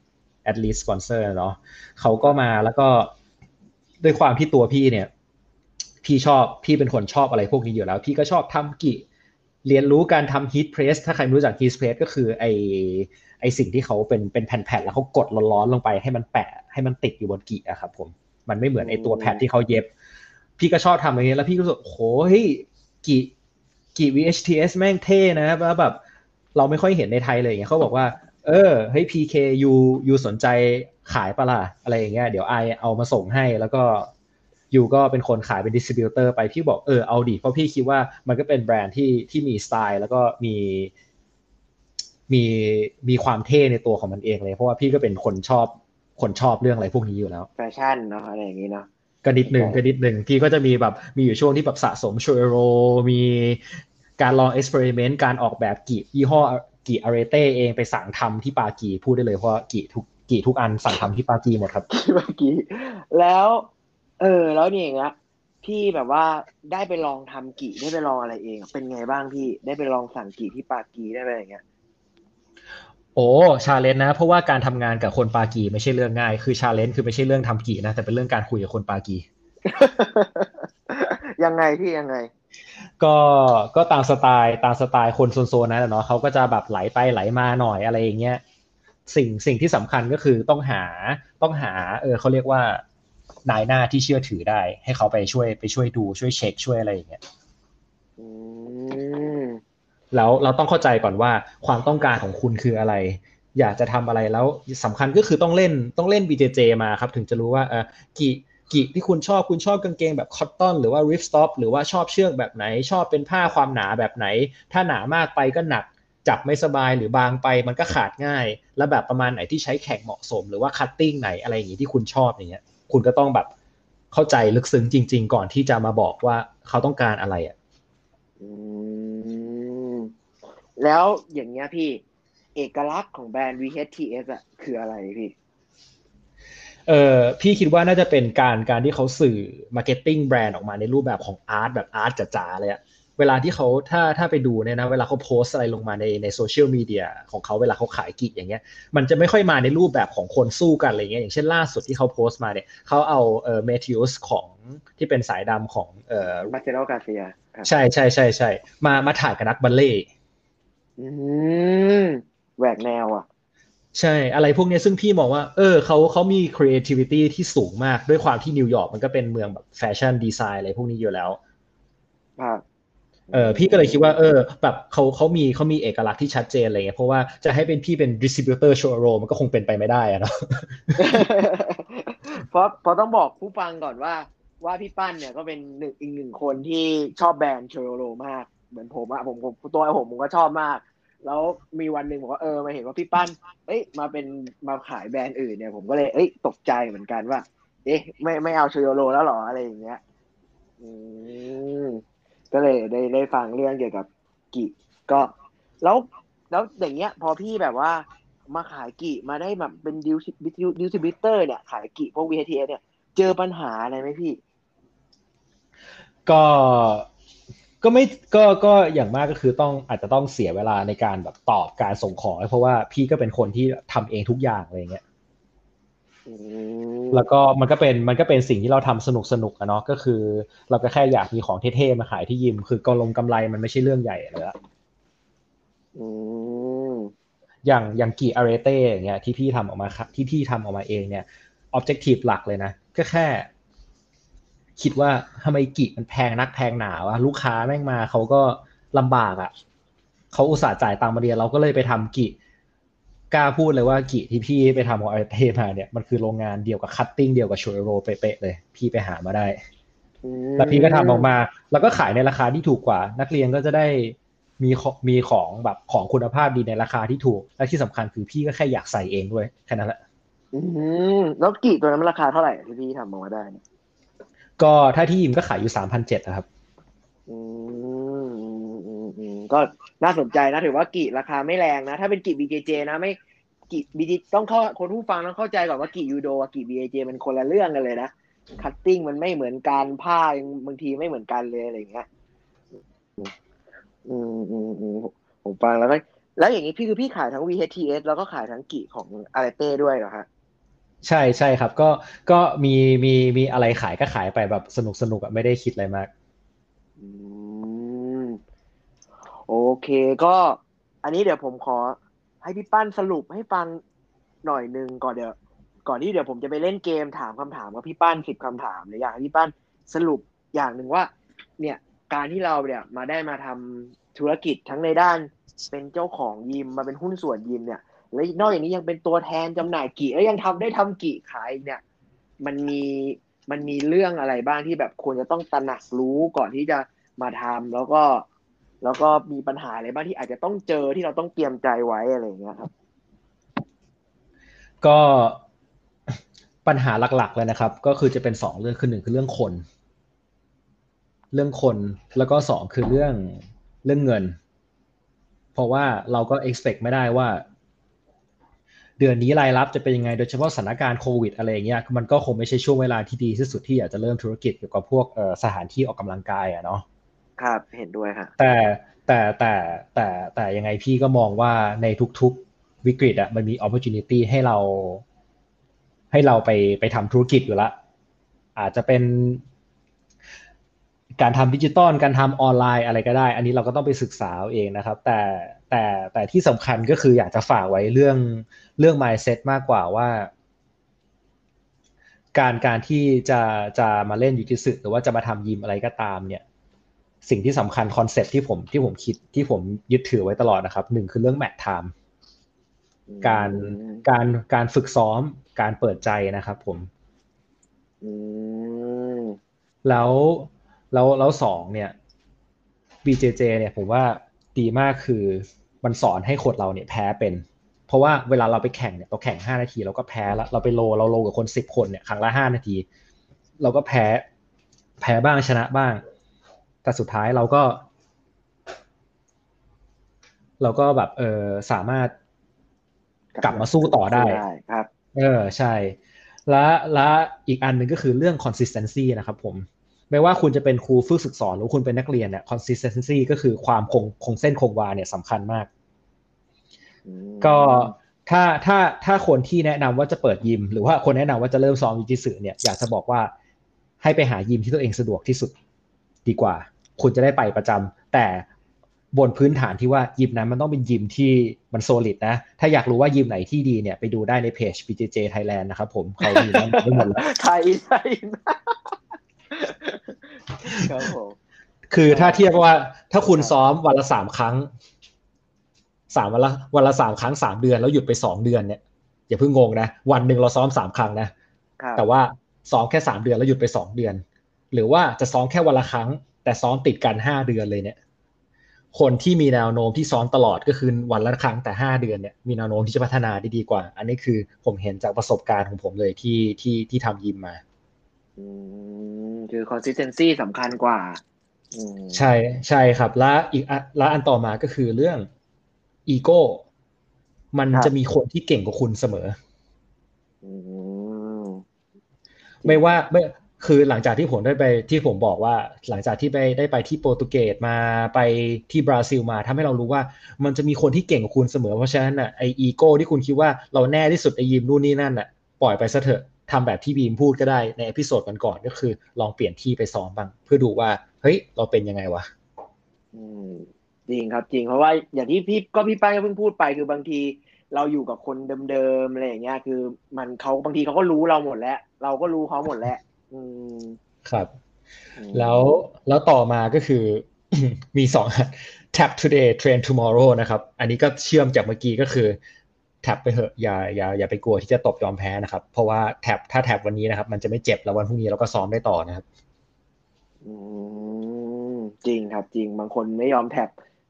at least sponsor เนาะเขาก็มาแล้วก็ด้วยความที่ตัวพี่เนี่ยพี่ชอบพี่เป็นคนชอบอะไรพวกนี้อยู่แล้วพี่ก็ชอบทำกิเรียนรู้การทำ heat press ถ้าใครไม่รู้จัก heat press ก็คือไอไอสิ่งที่เขาเป็นเป็นแผ่นๆแล้วเขากดร้อนๆลงไปให้มันแปะให้มันติดอยู่บนกิอะครับผมมันไม่เหมือนไอตัวแผ่นที่เขาเย็บพี่ก็ชอบทำอย่างนี้แล้วพี่ก็รู้สึกโอ้โหเฮ้ยกิกิ วี เอช ที เอส แม่งเท่นะแล้วแบบเราไม่ค่อยเห็นในไทยเลยอย่างเงี้ยเขาบอกว่าเออเฮ้ย พี เค ยูยูสนใจขายปะล่ะอะไรอย่างเงี้ยเดี๋ยวไอเอามาส่งให้แล้วก็ยูก็เป็นคนขายเป็นดิสติบิวเตอร์ไปพี่บอกเออเอาดิเพราะพี่คิดว่ามันก็เป็นแบรนด์ที่ที่มีสไตล์แล้วก็มีมีมีความเท่ในตัวของมันเองเลยเพราะว่าพี่ก็เป็นคนชอบคนชอบเรื่องอะไรพวกนี้อยู่แล้วแฟชั่นเนาะอะไรอย่างนี้เนาะก็นิดหนึ่งก็นิดหนึ่งพี่ก็จะมีแบบมีอยู่ช่วงที่แบบสะสมชูเอโรมีการลองเอ็กซ์เพร์เมนต์การออกแบบกี่ยี่ห้อกี่อาร์เต้เองไปสั่งทำที่ปากีพูดได้เลยเพราะกี่ทุกกี่ทุกอันสั่งทำที่ปากีหมดครับเมื่อกี้แล้วเออแล้วนี่เองนะพี่แบบว่าได้ไปลองทำกี่ได้ไปลองอะไรเองเป็นไงบ้างพี่ได้ไปลองสั่งกี่ที่ปากีได้ไปอย่างเงี้ยโอ้ชาเลนจ์นะเพราะว่าการทำงานกับคนปากีไม่ใช่เรื่องง่ายคือชาเลนจ์คือไม่ใช่เรื่องทำกี่นะแต่เป็นเรื่องการคุยกับคนปากียังไงพี่ยังไงก็ก็ตามสไตล์ตามสไตล์คนโซนๆนั้นเนาะเขาก็จะแบบไหลไปไหลมาหน่อยอะไรอย่างเงี้ยสิ่งสิ่งที่สำคัญก็คือต้องหาต้องหาเออเขาเรียกว่านายหน้าที่เชื่อถือได้ให้เขาไปช่วยไปช่วยดูช่วยเช็คช่วยอะไรอย่างเงี้ยอืมแล้วเราต้องเข้าใจก่อนว่าความต้องการของคุณคืออะไรอยากจะทำอะไรแล้วสำคัญก็คือต้องเล่นต้องเล่น บี เจ เจ มาครับถึงจะรู้ว่าเออกี่กี่ที่คุณชอบคุณชอบกางเกงแบบคอตตอนหรือว่าริฟสต็อปหรือว่าชอบเชือกแบบไหนชอบเป็นผ้าความหนาแบบไหนถ้าหนามากไปก็หนักจับไม่สบายหรือบางไปมันก็ขาดง่ายแล้วแบบประมาณไหนที่ใช้แข็งเหมาะสมหรือว่าคัตติ้งไหนอะไรอย่างนี้ที่คุณชอบอย่างเงี้ยคุณก็ต้องแบบเข้าใจลึกซึ้งจริงๆก่อนที่จะมาบอกว่าเขาต้องการอะไรอ่ะอืมแล้วอย่างเงี้ยพี่เอกลักษณ์ของแบรนด์ วี เอช ที เอส อ่ะคืออะไรพี่เออพี่คิดว่าน่าจะเป็นการการที่เขาสื่อมาร์เก็ตติ้งแบรนด์ออกมาในรูปแบบของอาร์ตแบบอาร์ตจ๋าๆเลยอะเวลาที่เขาถ้าถ้าไปดูเนี่ยนะเวลาเขาโพสอะไรลงมาในในโซเชียลมีเดียของเขาเวลาเขาขายกิจอย่างเงี้ยมันจะไม่ค่อยมาในรูปแบบของคนสู้กันอะไรเงี้ยอย่างเช่นล่าสุดที่เขาโพสต์มาเนี่ยเขาเอาเอ่อเมทิอุสของที่เป็นสายดำของเอ่อมาเซโลกาเซียครับใช่ใช่ใช่ใช่มามาถ่ายกับนักบัลเล่ต์อืมแหวกแนวอ่ะใช่อะไรพวกนี้ซึ่งพี่มองว่าเออเขาเขามี creativity ที่สูงมากด้วยความที่นิวยอร์กมันก็เป็นเมืองแบบแฟชั่นดีไซน์อะไรพวกนี้อยู่แล้วครับอืเออพี่ก็เลยคิดว่าเอมอแบบเขาเขามีเขามีเอกลักษณ์ที่ชัดเจนอะไรเงี้ยเพราะว่าจะให้เป็นพี่เป็น distributor showroom มันก็คงเป็นไปไม่ได้อะเนาะเพราะเพราะต้องบอกผู้ฟังก่อนว่าว่าพี่ปั้นเนี่ยก็เป็นหนึ่งอีกหนึ่งคนที่ชอบแบรนด์โชโรมากเหมือนผมอะผมผมตัวผมผมก็ชอบมากแล้วมีวันหนึ่งผมก็เออมาเห็นว่าพี่ปั้นเอ้ยมาเป็นมาขายแบรนด์อื่นเนี่ยผมก็เลยเอ้ยตกใจเหมือนกันว่าเอ๊ะไม่ไม่เอาโชโรแล้วหรออะไรอย่างเงี้ยอืมก็เลยได้ได้ฟังเรื่องเกี่ยวกับกิก็แล้วแล้วอย่างเงี้ยพอพี่แบบว่า มาขายกิมาได้แบบเป็นดิวดิวดิวซิบิเตอร์เนี่ยขายกิพวก วี เอช ที เอส เนี่ยเจอปัญหาอะไรไหมพี่ก็ก็ไม่ก็ก็อย่างมากก็คือต้องอาจจะต้องเสียเวลาในการแบบตอบการส่งของเพราะว่าพี่ก็เป็นคนที่ทำเองทุกอย่างอะไรเงี้ยอืมแล้วก็มันก็เป็นมันก็เป็นสิ่งที่เราทำสนุกสนุกอะเนาะก็คือเราก็แค่อยากมีของเท่ๆมาขายที่ยิมคือกำลงกำไรมันไม่ใช่เรื่องใหญ่เลยอะอืมอย่างอย่างกี่อาร์เต้อย่างเงี้ยที่พี่ทำออกมาที่พี่ทำออกมาเองเนี่ย objective หลักเลยนะก็แค่คิดว่าทำไมกิมันแพงนักแพงหนาวะลูกค้าแม่งมาเขาก็ลำบากอ่ะเขาอุตส่าห์จ่ายตังค์มาเรียนเราก็เลยไปทำกิกล้าพูดเลยว่ากิที่พี่ไปทำของอาร์เต้มาเนี่ยมันคือโรงงานเดียวกับคัตติ้งเดียวกับโชโรเป๊ะๆเลยพี่ไปหามาได้แล้วพี่ก็ทำออกมาแล้วก็ขายในราคาที่ถูกกว่านักเรียนก็จะได้มีมีของแบบของคุณภาพดีในราคาที่ถูกและที่สำคัญคือพี่ก็แค่อยากใส่เองด้วยแค่นั้นแหละอืมแล้วกี่ตัวนั้นมันราคาเท่าไหร่ที่พี่ทำออกมาได้เนี่ยก็ถ้าที่ยิมก็ขายอยู่ สามพันเจ็ดร้อย นะครับอืมอืมอืมอืมก็น่าสนใจนะถือว่ากี่ราคาไม่แรงนะถ้าเป็นกี่ บี เจ เจ นะไม่กี่ บี เจ ต้องเข้าคนผู้ฟังต้องเข้าใจก่อนว่ากี่ยูโดกับกี่ บี เจ เจ มันคนละเรื่องกันเลยนะคัตติ้งมันไม่เหมือนกันผ้าบางทีไม่เหมือนกันเลยอะไรอย่างเงี้ยอืมอืมอืมผมฟังแล้วก็แล้วอย่างนี้พี่คือพี่ขายทั้ง วี เอช ที เอส แล้วก็ขายทั้งกี่ของอาราเต้ด้วยเหรอฮะใช่ใช่ครับก็ก็มีมีมีอะไรขายก็ขายไปแบบสนุกสนุกอะไม่ได้คิดอะไรมากอืมโอเคก็อันนี้เดี๋ยวผมขอให้พี่ปั้นสรุปให้ฟังหน่อยนึงก่อนเดี๋ยวก่อนที่เดี๋ยวผมจะไปเล่นเกมถามคำถามกับพี่ปั้นสิบคำถามเลยอยากให้พี่ปั้นสรุปอย่างหนึ่งว่าเนี่ยการที่เราเนี่ยมาได้มาทำธุรกิจทั้งในด้านเป็นเจ้าของยิมมาเป็นหุ้นส่วนยิมเนี่ยและนอกจากนี้ยังเป็นตัวแทนจำหน่ายกี่แล้วยังทำได้ทำกี่ขายเนี่ยมันมีมันมีเรื่องอะไรบ้างที่แบบควรจะต้องตระหนักรู้ก่อนที่จะมาทำแล้วก็แล้วก็มีปัญหาอะไรบ้างที่อาจจะต้องเจอที่เราต้องเตรียมใจไว้อะไรอย่างเงี้ยครับก็ปัญหาหลักๆเลยนะครับก็คือจะเป็นสองเรื่องคือหนึ่งคือเรื่องคนเรื่องคนแล้วก็สองคือเรื่องเรื่องเงินเพราะว่าเราก็ expect ไม่ได้ว่าเดือนนี้รายรับจะเป็นยังไงโดยเฉพาะสถานการณ์โควิดอะไรอย่างเงี้ยมันก็คงไม่ใช่ช่วงเวลาที่ดีที่สุดที่อยากจะเริ่มธุรกิจเกี่ยวกับพวกสถานที่ออกกำลังกายอะเนาะครับเห็นด้วยครับแต่แต่แต่แต่แต่ยังไงพี่ก็มองว่าในทุกๆวิกฤตอะมันมี opportunity ให้เราให้เราไปไปทำธุรกิจอยู่ละอาจจะเป็นการทำดิจิตอลการทำออนไลน์อะไรก็ได้อันนี้เราก็ต้องไปศึกษาเองนะครับแต่แต่แต่ที่สำคัญก็คืออยากจะฝากไว้เรื่องเรื่อง mindset มากกว่าว่าการการที่จะจะมาเล่นยูจิสึหรือว่าจะมาทำยิมอะไรก็ตามเนี่ยสิ่งที่สำคัญคอนเซ็ปต์ที่ผมที่ผมคิดที่ผมยึดถือไว้ตลอดนะครับหนึ่งคือเรื่องแมทไทม์การการการฝึกซ้อมการเปิดใจนะครับผมแล้วแล้วแล้วสองเนี่ย บี เจ เจ เนี่ยผมว่าดีมากคือมันสอนให้คนเราเนี่ยแพ้เป็นเพราะว่าเวลาเราไปแข่งเนี่ยเราแข่งห้านาทีเราก็แพ้แล้วเราไปโลเราโลกับคนสิบคนเนี่ยครั้งละห้านาทีเราก็แพ้แพ้บ้างชนะบ้างแต่สุดท้ายเราก็เราก็แบบเออสามารถกลับมาสู้ต่อได้ครับเออใช่และและอีกอันหนึ่งก็คือเรื่อง consistency นะครับผมไม่ว่าคุณจะเป็นครูฝึกศึกษาหรือคุณเป็นนักเรียนเนี่ย consistency ก็คือความคงคงเส้นคงวาเนี่ยสำคัญมากก็ถ้าถ้าถ้าคนที่แนะนำว่าจะเปิดยิมหรือว่าคนแนะนำว่าจะเริ่มซ้อมยูจิสึเนี่ยอยากจะบอกว่าให้ไปหายิมที่ตัวเองสะดวกที่สุดดีกว่าคุณจะได้ไปประจำแต่บนพื้นฐานที่ว่ายิมนั้นมันต้องเป็นยิมที่มันโซลิดนะถ้าอยากรู้ว่ายิมไหนที่ดีเนี่ยไปดูได้ในเพจ บี เจ เจ Thailand นะครับผมเขามีแนะนำไว้หมดแล้วไทยไทยครับผมคือถ้าเทียบว่าถ้าคุณซ้อมวันละสามครั้งสามวันละวันละสามครั้งสามเดือนแล้วหยุดไปสองเดือนเนี่ยอย่าเพิ่งงงนะวันหนึ่งเราซ้อมสามครั้งนะแต่ว่าซ้อมแค่สามเดือนแล้วหยุดไปสองเดือนหรือว่าจะซ้อมแค่วันละครั้งแต่ซ้อมติดกันห้าเดือนเลยเนี่ยคนที่มีแนวโน้มที่ซ้อมตลอดก็คือวันละครั้งแต่ห้าเดือนเนี่ยมีแนวโน้มที่จะพัฒนาได้ดีกว่าอันนี้คือผมเห็นจากประสบการณ์ของผมเลยที่ที่ที่ทำยิมมาอืมคือ consistency สำคัญกว่าใช่ใช่ครับและอีกและอันต่อมาก็คือเรื่องอีโก้มันจะมีคนที่เก่งกว่าคุณเสมอไม่ว่าไม่คือหลังจากที่ผมได้ไปที่ผมบอกว่าหลังจากที่ไปได้ไปที่โปรตุเกสมาไปที่บราซิลมาทำให้เรารู้ว่ามันจะมีคนที่เก่งกว่าคุณเสมอเพราะฉะนั้นอ่ะไออีโก้ที่คุณคิดว่าเราแน่ที่สุดในยิมนู่นนี่นั่นอ่ะปล่อยไปซะเถอะทำแบบที่บีมพูดก็ได้ในเอพิโซดก่อนๆก็คือลองเปลี่ยนที่ไปซ้อมบ้างเพื่อดูว่าเฮ้ยเราเป็นยังไงวะอืมจริงครับจริงเพราะว่าอย่างที่พี่ก็พี่ป้านก็เพิ่งพูดไปคือบางทีเราอยู่กับคนเดิมๆอะไรอย่างเงี้ยคือมันเขาบางทีเขาก็รู้เราหมดแล้วเราก็รู้เขาหมดแล้วอืมครับอืแล้วมแล้วต่อมาก็คือ มีสอง tap today train tomorrow นะครับอันนี้ก็เชื่อมจากเมื่อกี้ก็คือ tap ไปเถอะอย่าอย่าอย่าไปกลัวที่จะตบยอมแพ้นะครับเพราะว่า tap ถ้า tap วันนี้นะครับมันจะไม่เจ็บแล้ววันพรุ่งนี้เราก็ซ้อมได้ต่อนะครับอืมจริงครับจริงบางคนไม่ยอมแท็บ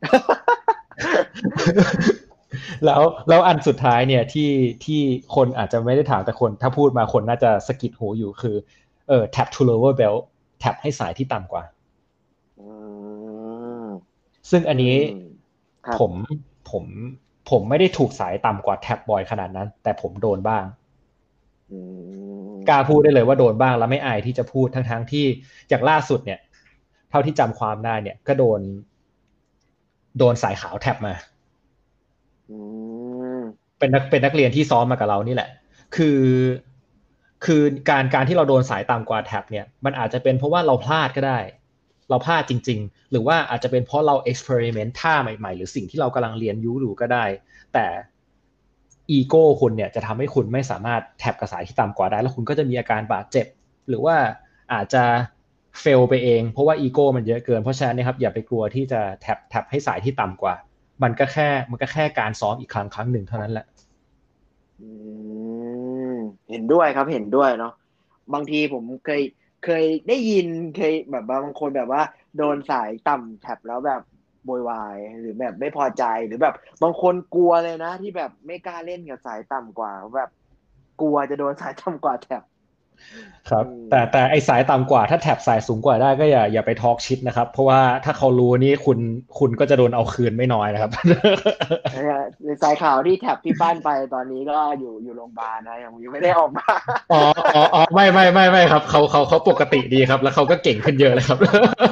แล้วแล้วอันสุดท้ายเนี่ยที่ที่คนอาจจะไม่ได้ถามแต่คนถ้าพูดมาคนน่าจะสะกิดหูอยู่คือเออ tap to lower belt tap ให้สายที่ต่ำกว่าอืมซึ่งอันอืนี้มครับผมผมผมไม่ได้ถูกสายต่ำกว่า tap บ่อยขนาดนั้นแต่ผมโดนบ้างอืกล้ามพูดได้เลยว่าโดนบ้างแล้วไม่อายที่จะพูดทั้งทั้งที่จากล่าสุดเนี่ยเท่าที่จำความได้เนี่ยก็โดนโดนสายขาวแท็บมาอืมเป็นนักเป็นนักเรียนที่ซ้อมมากับเรานี่แหละ คือคือการการที่เราโดนสายต่ำกว่าแท็บเนี่ยมันอาจจะเป็นเพราะว่าเราพลาดก็ได้ เราพลาดจริงๆ หรือว่าอาจจะเป็นเพราะเราเอ็กซ์เพร์เมนต์ท่าใหม่ๆหรือสิ่งที่เรากำลังเรียนรู้อยู่ก็ได้ แต่อีโก้คุณเนี่ยจะทำให้คุณไม่สามารถแท็บกับสายที่ต่ำกว่าได้แล้วคุณก็จะมีอาการบาดเจ็บ หรือว่าอาจจะเฟลไปเองเพราะว่าอีโก้มันเยอะเกิน เพราะฉะนั้นนะครับอย่าไปกลัวที่จะแท็บแท็บให้สายที่ต่ำกว่า มันก็แค่มันก็แค่การซ้อมอีกครั้งครั้งหนึ่งเท่านั้นแหละอืมเห็นด้วยครับเห็นด้วยเนาะบางทีผมเคยเคยได้ยินเคยแบบบางคนแบบว่าโดนสายต่ำแท็บแล้วแบบโวยวายหรือแบบไม่พอใจหรือแบบบางคนกลัวเลยนะที่แบบไม่กล้าเล่นกับสายต่ำกว่าแบบกลัวจะโดนสายต่ำกว่าแท็บครับอืมแต่แต่ไอสายต่ำกว่าถ้าแท็บสายสูงกว่าได้ก็อย่าอย่าไปทอล์กชิดนะครับเพราะว่าถ้าเขารู้นี่คุณคุณก็จะโดนเอาคืนไม่น้อยนะครับในสายข่าวที่แท็บพี่ป้านไปตอนนี้ก็อยู่อยู่โรงพยาบาลนะยังยังไม่ได้ออกมาอ๋ออ๋ออ๋อไม่ไม่ไม่ไม่ครับเขาเขาเขาปกติดีครับแล้วเขาก็เก่งขึ้นเยอะเลยครับ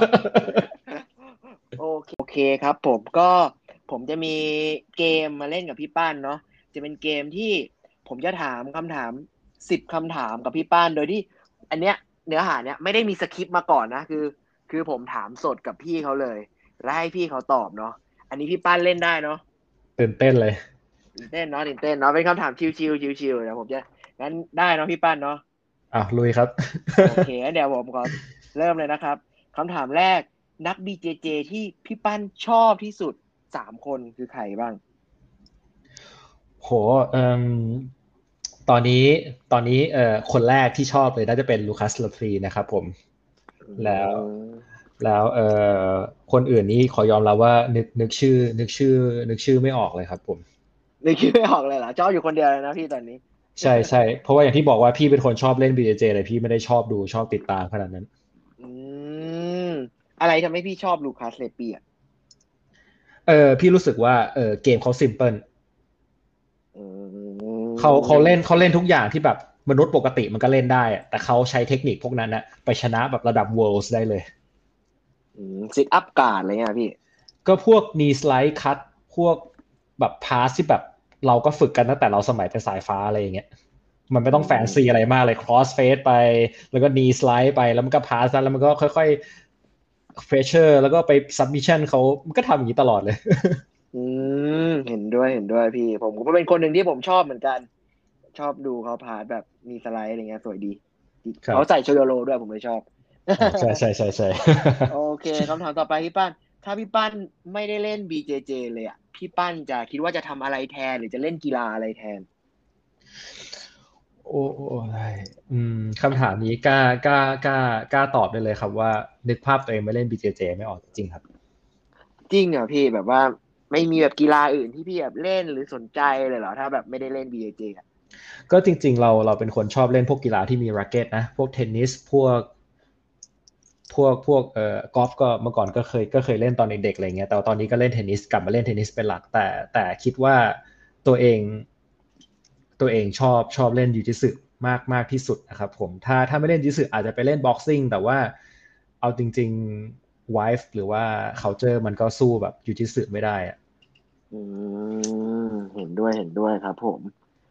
โอเคโอเคครับผมก็ผมจะมีเกมมาเล่นกับพี่ป้านเนาะจะเป็นเกมที่ผมจะถามคำถามสิบคำถามกับพี่ป้านโดยที่อันเนี้ยเนื้อหาเนี้ยไม่ได้มีสคริปต์มาก่อนนะคือคือผมถามสดกับพี่เขาเลยแล้วให้พี่เขาตอบเนาะอันนี้พี่ป้านเล่นได้เนาะตื่นเต้นเลยตื่นเต้นเนาะตื่นเต้นเนาะเป็นคำถามชิวๆชิวๆเดี๋ยวผมจะงั้นได้เนาะพี่ปั้นเนาะอ่ะลุยครับโอเคงั้นเดี๋ยวผมขอเริ่มเลยนะครับคำถามแรกนัก บี เจ เจ ที่พี่ปั้นชอบที่สุดสามคนคือใครบ้างโหเอ่มตอนนี้ตอนนี้เอ่อคนแรกที่ชอบเลยน่าจะเป็นลูคัสลาฟรีนะครับผมอืแล้วมแล้วเอ่อคนอื่นนี่ขอยอมรับว่านึกนึกชื่อนึกชื่อนึกชื่อไม่ออกเลยครับผมนึกคิดไม่ออกเลยเหรอชอบอยู่คนเดียวเลยนะพี่ตอนนี้ใช่ใช่เพราะว่าอย่างที่บอกว่าพี่เป็นคนชอบเล่น บี เจ เจ เลยพี่ไม่ได้ชอบดูชอบติดตามขนาดนั้นอืมอะไรทำให้พี่ชอบลูคัสเลปี้อ่ะเออพี่รู้สึกว่าเออเกมเขาซิมเพิลอืเขาเขาเล่นมเขาเล่นทุกอย่างที่แบบมนุษย์ปกติมันก็เล่นได้อะแต่เขาใช้เทคนิคพวกนั้นนะไปชนะแบบระดับ Worlds ได้เลยอืมซิทอัพการ์ดอะไรเงี้ยพี่ก็พวก knee slide cut พวกแบบพาสที่แบบเราก็ฝึกกันตั้งแต่เราสมัยเป็นสายฟ้าอะไรอย่างเงี้ยมันไม่อืต้องแฟนซีอะไรมมากเลย cross face ไปแล้วก็ knee slide ไปแล้วมันก็พาสแล้วมันก็ค่อยๆ pressure แล้วก็ไป submission เขามันก็ทำอย่างนี้ตลอดเลยอืมเห็นด้วยเห็นด้วยพี่ผมก็เป็นคนหนึ่งที่ผมชอบเหมือนกัน ชอบดูเขาพาดแบบมีสไลด์อะไรเงี้ยสวยดีครับเขาใส่โชโยโรด้วยผมเลยชอบอ๋อใช่ใช่ใช่ใช่โอเคคำถามต่อไปพี่ปั้นถ้าพี่ปั้นไม่ได้เล่น บี เจ เจ เลยอ่ะพี่ปั้นจะคิดว่าจะทำอะไรแทนหรือจะเล่นกีฬาอะไรแทนโอ้โอ้ยอืมคำถามนี้กล้ากล้ากล้ากล้าตอบได้เลยครับว่านึกภาพตัวเองไม่เล่น บี เจ เจ ไม่ออกจริงครับจริงเหรอพี่แบบว่าไม่มีแบบกีฬาอื่นที่พี่แบบเล่นหรือสนใจเลยเหรอถ้าแบบไม่ได้เล่น บี เจ เจ อ่ะก็จริงๆเราเราเป็นคนชอบเล่นพวกกีฬาที่มีแร็คเก็ตนะพวกเทนนิสพวกพวกพวกเอ่อกอล์ฟก็เมื่อก่อนก็เคยก็เคยเล่นตอนเด็กๆอะไรเงี้ยแต่ตอนนี้ก็เล่นเทนนิสกลับมาเล่นเทนนิสเป็นหลักแต่แต่คิดว่าตัวเองตัวเองชอบชอบเล่นยูจิสึมากมากที่สุดนะครับผมถ้าถ้าไม่เล่นยูจิสึอาจจะไปเล่นบ็อกซิ่งแต่ว่าเอาจริงๆ wife หรือว่า culture มันก็สู้แบบยูจิสึไม่ได้อะอืมเห็นด้วยเห็นด้วยครับผม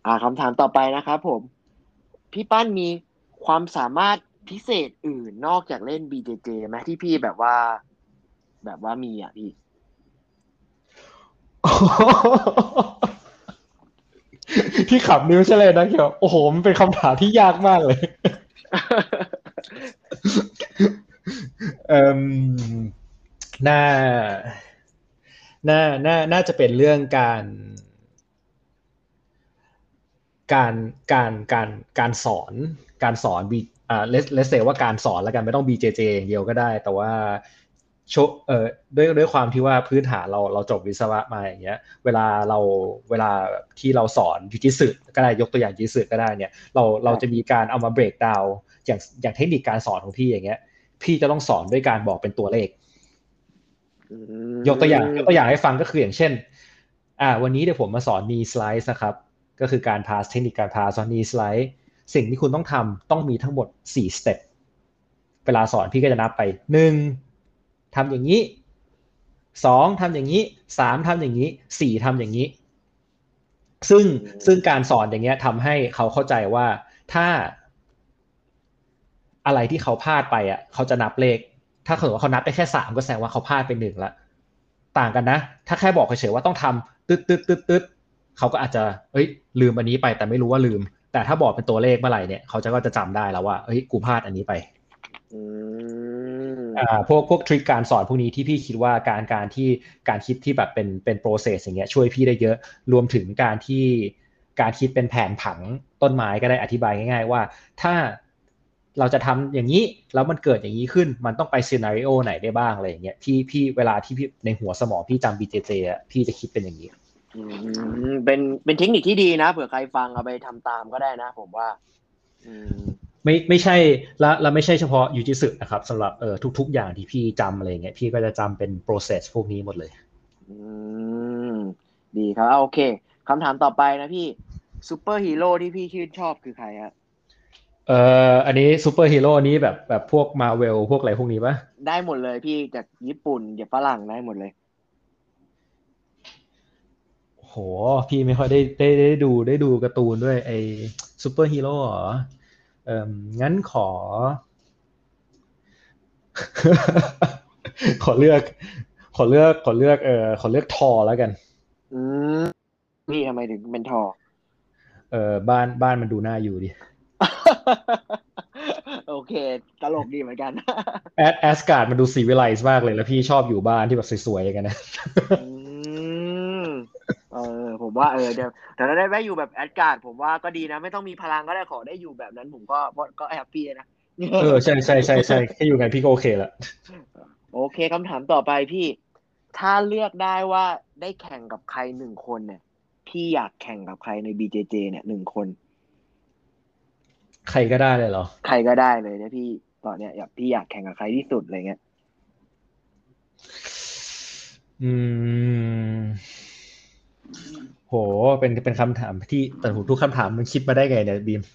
อ่าคำถามต่อไปนะครับผมพี่ปั้นมีความสามารถพิเศษอื่นนอกจากเล่น บี เจ เจ ไหมที่พี่แบบว่าแบบว่ามีอ่ะพี่ที่ขับนิ้วใช่เลยนะเขียวโอ้โหมันเป็นคำถามที่ยากมากเลย เอ่มน่าน่าน่าน่าจะเป็นเรื่องการการการการการสอนการสอนบีอ่าเลสเลสเซว่าการสอนแล้วกันไม่ต้อง บี เจ เจ อย่างเดียวก็ได้แต่ว่าโชเอ่อด้วยด้วยความที่ว่าพื้นฐานเราเราจบวิศวะมาอย่างเงี้ยเวลาเราเวลาที่เราสอนยูจิสึก็ได้ยกตัวอย่างยูจิสึก็ได้เนี่ยเราเราจะมีการเอามาเบรกดาวน์อย่างอย่างเทคนิคการสอนของพี่อย่างเงี้ยพี่จะต้องสอนด้วยการบอกเป็นตัวเลขยกตัวอย่างยกตัวอย่างให้ฟังก็คืออย่างเช่นอ่าวันนี้เดี๋ยวผมมาสอน knee slice นะครับก็คือการ pass เทคนิคการ pass สอน knee slice สิ่งที่คุณต้องทำต้องมีทั้งหมดสี่สเต็ปเวลาสอนพี่ก็จะนับไปหนึ่งทำอย่างนี้สองทำอย่างนี้สามทำอย่างนี้สี่ทำอย่างนี้ซึ่งซึ่งการสอนอย่างเงี้ยทำให้เขาเข้าใจว่าถ้าอะไรที่เขาพลาดไปอ่ะเขาจะนับเลขถ้าเกิดว่าเขานับได้แค่สามก็แสดงว่าเขาพลาดไปหนึ่งละต่างกันนะถ้าแค่บอกเฉยๆว่าต้องทำตึ๊ดตึ๊ดตึ๊ดตึ๊ดเขาก็อาจจะเอ้ยลืมอันนี้ไปแต่ไม่รู้ว่าลืมแต่ถ้าบอกเป็นตัวเลขเมื่อไหร่เนี่ยเขาจะก็จะจำได้แล้วว่าเอ้ยกูพลาดอันนี้ไปอ่าพวกพวกทริคการสอนพวกนี้ที่พี่คิดว่าการการที่การคิดที่แบบเป็นเป็น process อย่างเงี้ยช่วยพี่ได้เยอะรวมถึงการที่การคิดเป็นแผนผังต้นไม้ก็ได้อธิบายง่ายๆว่าถ้าเราจะทำอย่างนี้แล้วมันเกิดอย่างนี้ขึ้นมันต้องไปซีนาริโอไหนได้บ้างอะไรอย่างเงี้ยพี่พี่เวลาที่พี่ในหัวสมองพี่จำ บี เจ เจ อ่ะพี่จะคิดเป็นอย่างนี้อืมเป็นเป็นเทคนิคที่ดีนะเผื่อใครฟังเอาไปทำตามก็ได้นะผมว่าอืมไม่ไม่ใช่และและไม่ใช่เฉพาะยูจิสึนะครับสำหรับเอ่อทุกๆอย่างที่พี่จำอะไรเงี้ยพี่ก็จะจำเป็น process พวกนี้หมดเลยอืมดีครับโอเคคำถามต่อไปนะพี่ซูเปอร์ฮีโร่ที่พี่ชื่นชอบคือใครฮะเอ่ออันนี้ซูเปอร์ฮีโร่นี้แบบแบบพวกมาเวลพวกอะไรพวกนี้ปะได้หมดเลยพี่จากญี่ปุ่นจากฝรั่งได้หมดเลยโหพี่ไม่ค่อยได้ได้ได้ดูได้ดูการ์ตูนด้วยไอ้ซูเปอร์ฮีโร่เหรอเอ่องั้นขอ ขอเลือกขอเลือกขอเลือกเอ่อขอเลือกทอแล้วกันอืมพี่ทำไมถึงเป็นทอเอ่อบ้านบ้านมันดูน่าอยู่ดิโอเคตลกดีเหมือนกันแอดแอสการ์ดมันดูซีวิไลซ์มากเลยแล้วพี่ชอบอยู่บ้านที่แบบสวยๆกันนะอืมเออผมว่าเออเดี๋ยวแต่ถ้าได้แวะอยู่แบบแอดการ์ดผมว่าก็ดีนะไม่ต้องมีพลังก็ได้ขอได้อยู่แบบนั้นผมก็ก็แฮปปี้นะเออใช่ใช่ใช่ใช่แค่อยู่ไงพี่ก็โอเคละโอเคคำถามต่อไปพี่ถ้าเลือกได้ว่าได้แข่งกับใครหนึ่งคนเนี่ยพี่อยากแข่งกับใครใน บี เจ เจ เนี่ยหนึ่งคนใครก็ได้เลยเหรอใครก็ได้เลยนะพี่ตอนเนี้ยอยากพี่อยากแข่งกับใครที่สุดอะไรเงี้ยอืมโหเป็นเป็นคำถามที่แต่ทุกคำถามมันคิดมาได้ไงเนี่ยบีม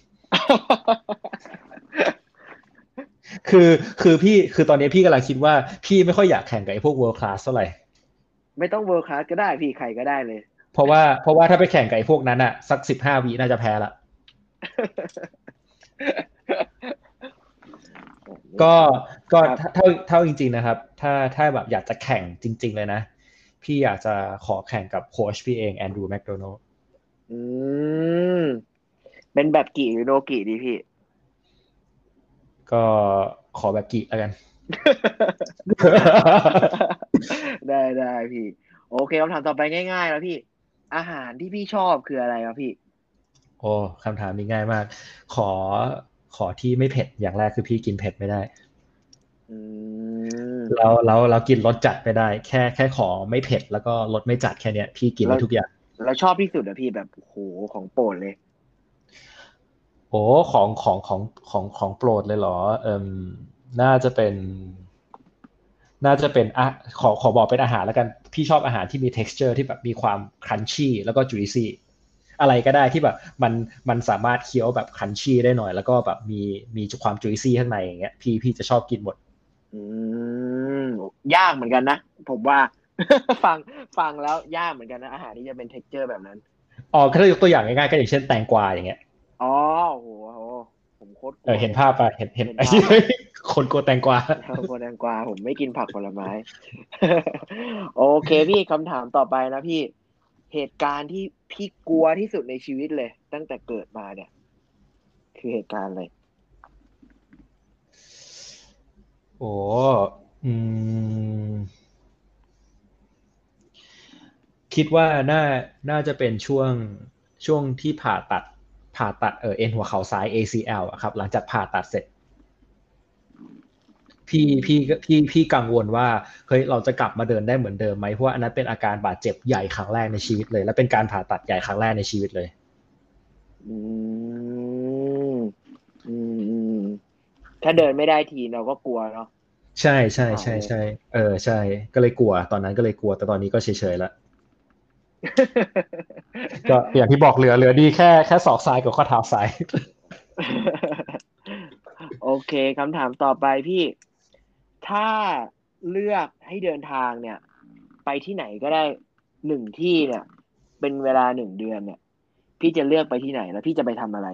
คือคือพี่คือตอนนี้พี่กำลังคิดว่าพี่ไม่ค่อยอยากแข่งกับไอ้พวก world class เท่าไหร่ไม่ต้องเวิร์คคลาสก็ได้พี่ใครก็ได้เลยเพราะว่าเพราะว่าถ้าไปแข่งกับไอ้พวกนั้นอ่ะสักสิบห้าวิน่าจะแพ้ละก็ก็ถ้าเท่าเท่าจริงๆนะครับถ้าถ้าแบบอยากจะแข่งจริงๆเลยนะพี่อยากจะขอแข่งกับโค้ชพี่เองแอนดรูว์แมคโดนัลด์อืมเป็นแบบกี่หรือโนกี่ดีพี่ก็ขอแบบกี่แล้วกันได้ได้พี่โอเคคำถามต่อไปง่ายๆแล้วพี่อาหารที่พี่ชอบคืออะไรครับพี่โอ้คำถามนี้ง่ายมากขอขอที่ไม่เผ็ดอย่างแรกคือพี่กินเผ็ดไม่ได้อืมเราเราเรากินรสจัดไม่ได้แค่แค่ขอไม่เผ็ดแล้วก็รสไม่จัดแค่เนี้ยพี่กินแล้วได้ทุกอย่างแล้วชอบที่สุดอะพี่แบบโหของโปรดเลยโอ้ของของของของของโปรดเลยเหรอเอ่มน่าจะเป็นน่าจะเป็นอ่ะขอขอบอกเป็นอาหารแล้วกันพี่ชอบอาหารที่มี texture ที่แบบมีความ crunchy แล้วก็ juicy อะไรก็ได้ที่แบบมันมันสามารถเคี้ยวแบบ crunchy ได้หน่อยแล้วก็แบบมีมีความ juicy ข้างในอย่างเงี้ยพี่พี่จะชอบกินหมดอืมยากเหมือนกันนะผมว่า ฟังฟังแล้วยากเหมือนกันนะอาหารที่จะเป็นเท็กเจอร์แบบนั้นอ๋อถ้ายกตัวอย่างง่ายๆก็อย่างเช่นแตงกวาอย่างเงี้ยอ๋อโอ้โหผมโคตรกเออเห็นลัวเลยภาพป่ะเห็นเห็นเห็นไอ้ภาพครับคนกลัวแตงกวาโคตรแตงกวาผมไม่กินผักผลไม้ โอเคพี่คำถามต่อไปนะพี่เหตุการณ์ที่พี่กลัวที่สุดในชีวิตเลยตั้งแต่เกิดมาเนี่ยคือเหตุการณ์อะไรโอ้อืมคิดว่าน่าน่าจะเป็นช่วงช่วงที่ผ่าตัดผ่าตัดเออเอ็นหัวเข่าซ้าย เอ ซี แอล อะครับหลังจากผ่าตัดเสร็จพี่พี่พี่พี่กังวลว่าเฮ้ยเราจะกลับมาเดินได้เหมือนเดิมไหมเพราะว่าอันนั้นเป็นอาการบาดเจ็บใหญ่ครั้งแรกในชีวิตเลยและเป็นการผ่าตัดใหญ่ครั้งแรกในชีวิตเลยอืมอืมอืมถ้าเดินไม่ได้ทีเราก็กลัวเนาะใช่ใช่หายเลยใช่ใช่เออใช่ก็เลยกลัวตอนนั้นก็เลยกลัวแต่ตอนนี้ก็เฉยๆแล้วก็อย่างที่บอกเหลือเหลือดีแค่แค่ศอกซ้ายกับข้อเท้าซ้ายโอเคคำถามต่อไปพี่ ถ้าเลือกให้เดินทางเนี่ย ไปที่ไหนก็ได้หนึ่งที่เนี่ย เป็นเวลาหนึ่งเดือนเนี่ย พี่จะเลือกไปที่ไหนแล้วพี่จะไปทำอะไร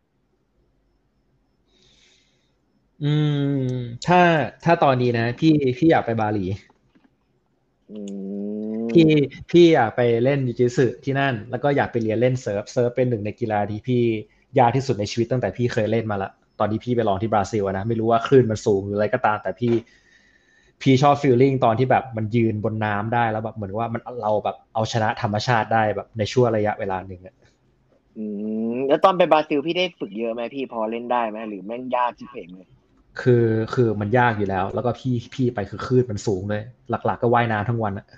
อืมถ้าถ้าตอนนี้นะพี่พี่อยากไปบาหลีอืพี่มพี่อยากไปเล่นยูจิสึที่นั่นแล้วก็อยากไปเรียนเล่นเซิร์ฟเซิร์ฟเป็นหนึ่งในกีฬาที่พี่ยากที่สุดในชีวิตตั้งแต่พี่เคยเล่นมาละตอนที่พี่ไปลองที่บราซิลนะไม่รู้ว่าคลื่นมันสูงหรืออะไรก็ตามแต่พี่พี่ชอบฟีลลิ่งตอนที่แบบมันยืนบนน้ำได้แล้วแบบเหมือนว่ามันเราแบบเอาชนะธรรมชาติได้แบบในช่วงระยะเวลาหนึ่งอืมแล้วตอนไปบราซิลพี่ได้ฝึกเยอะไหมพี่พอเล่นได้ไหมหรือแม่งยากที่เพงเลยคือคือมันยากอยู่แล้วแล้วก็พี่พี่ไปคือคลื่นมันสูงเลยหลักๆก็ว่ายน้ำทั้งวันอะ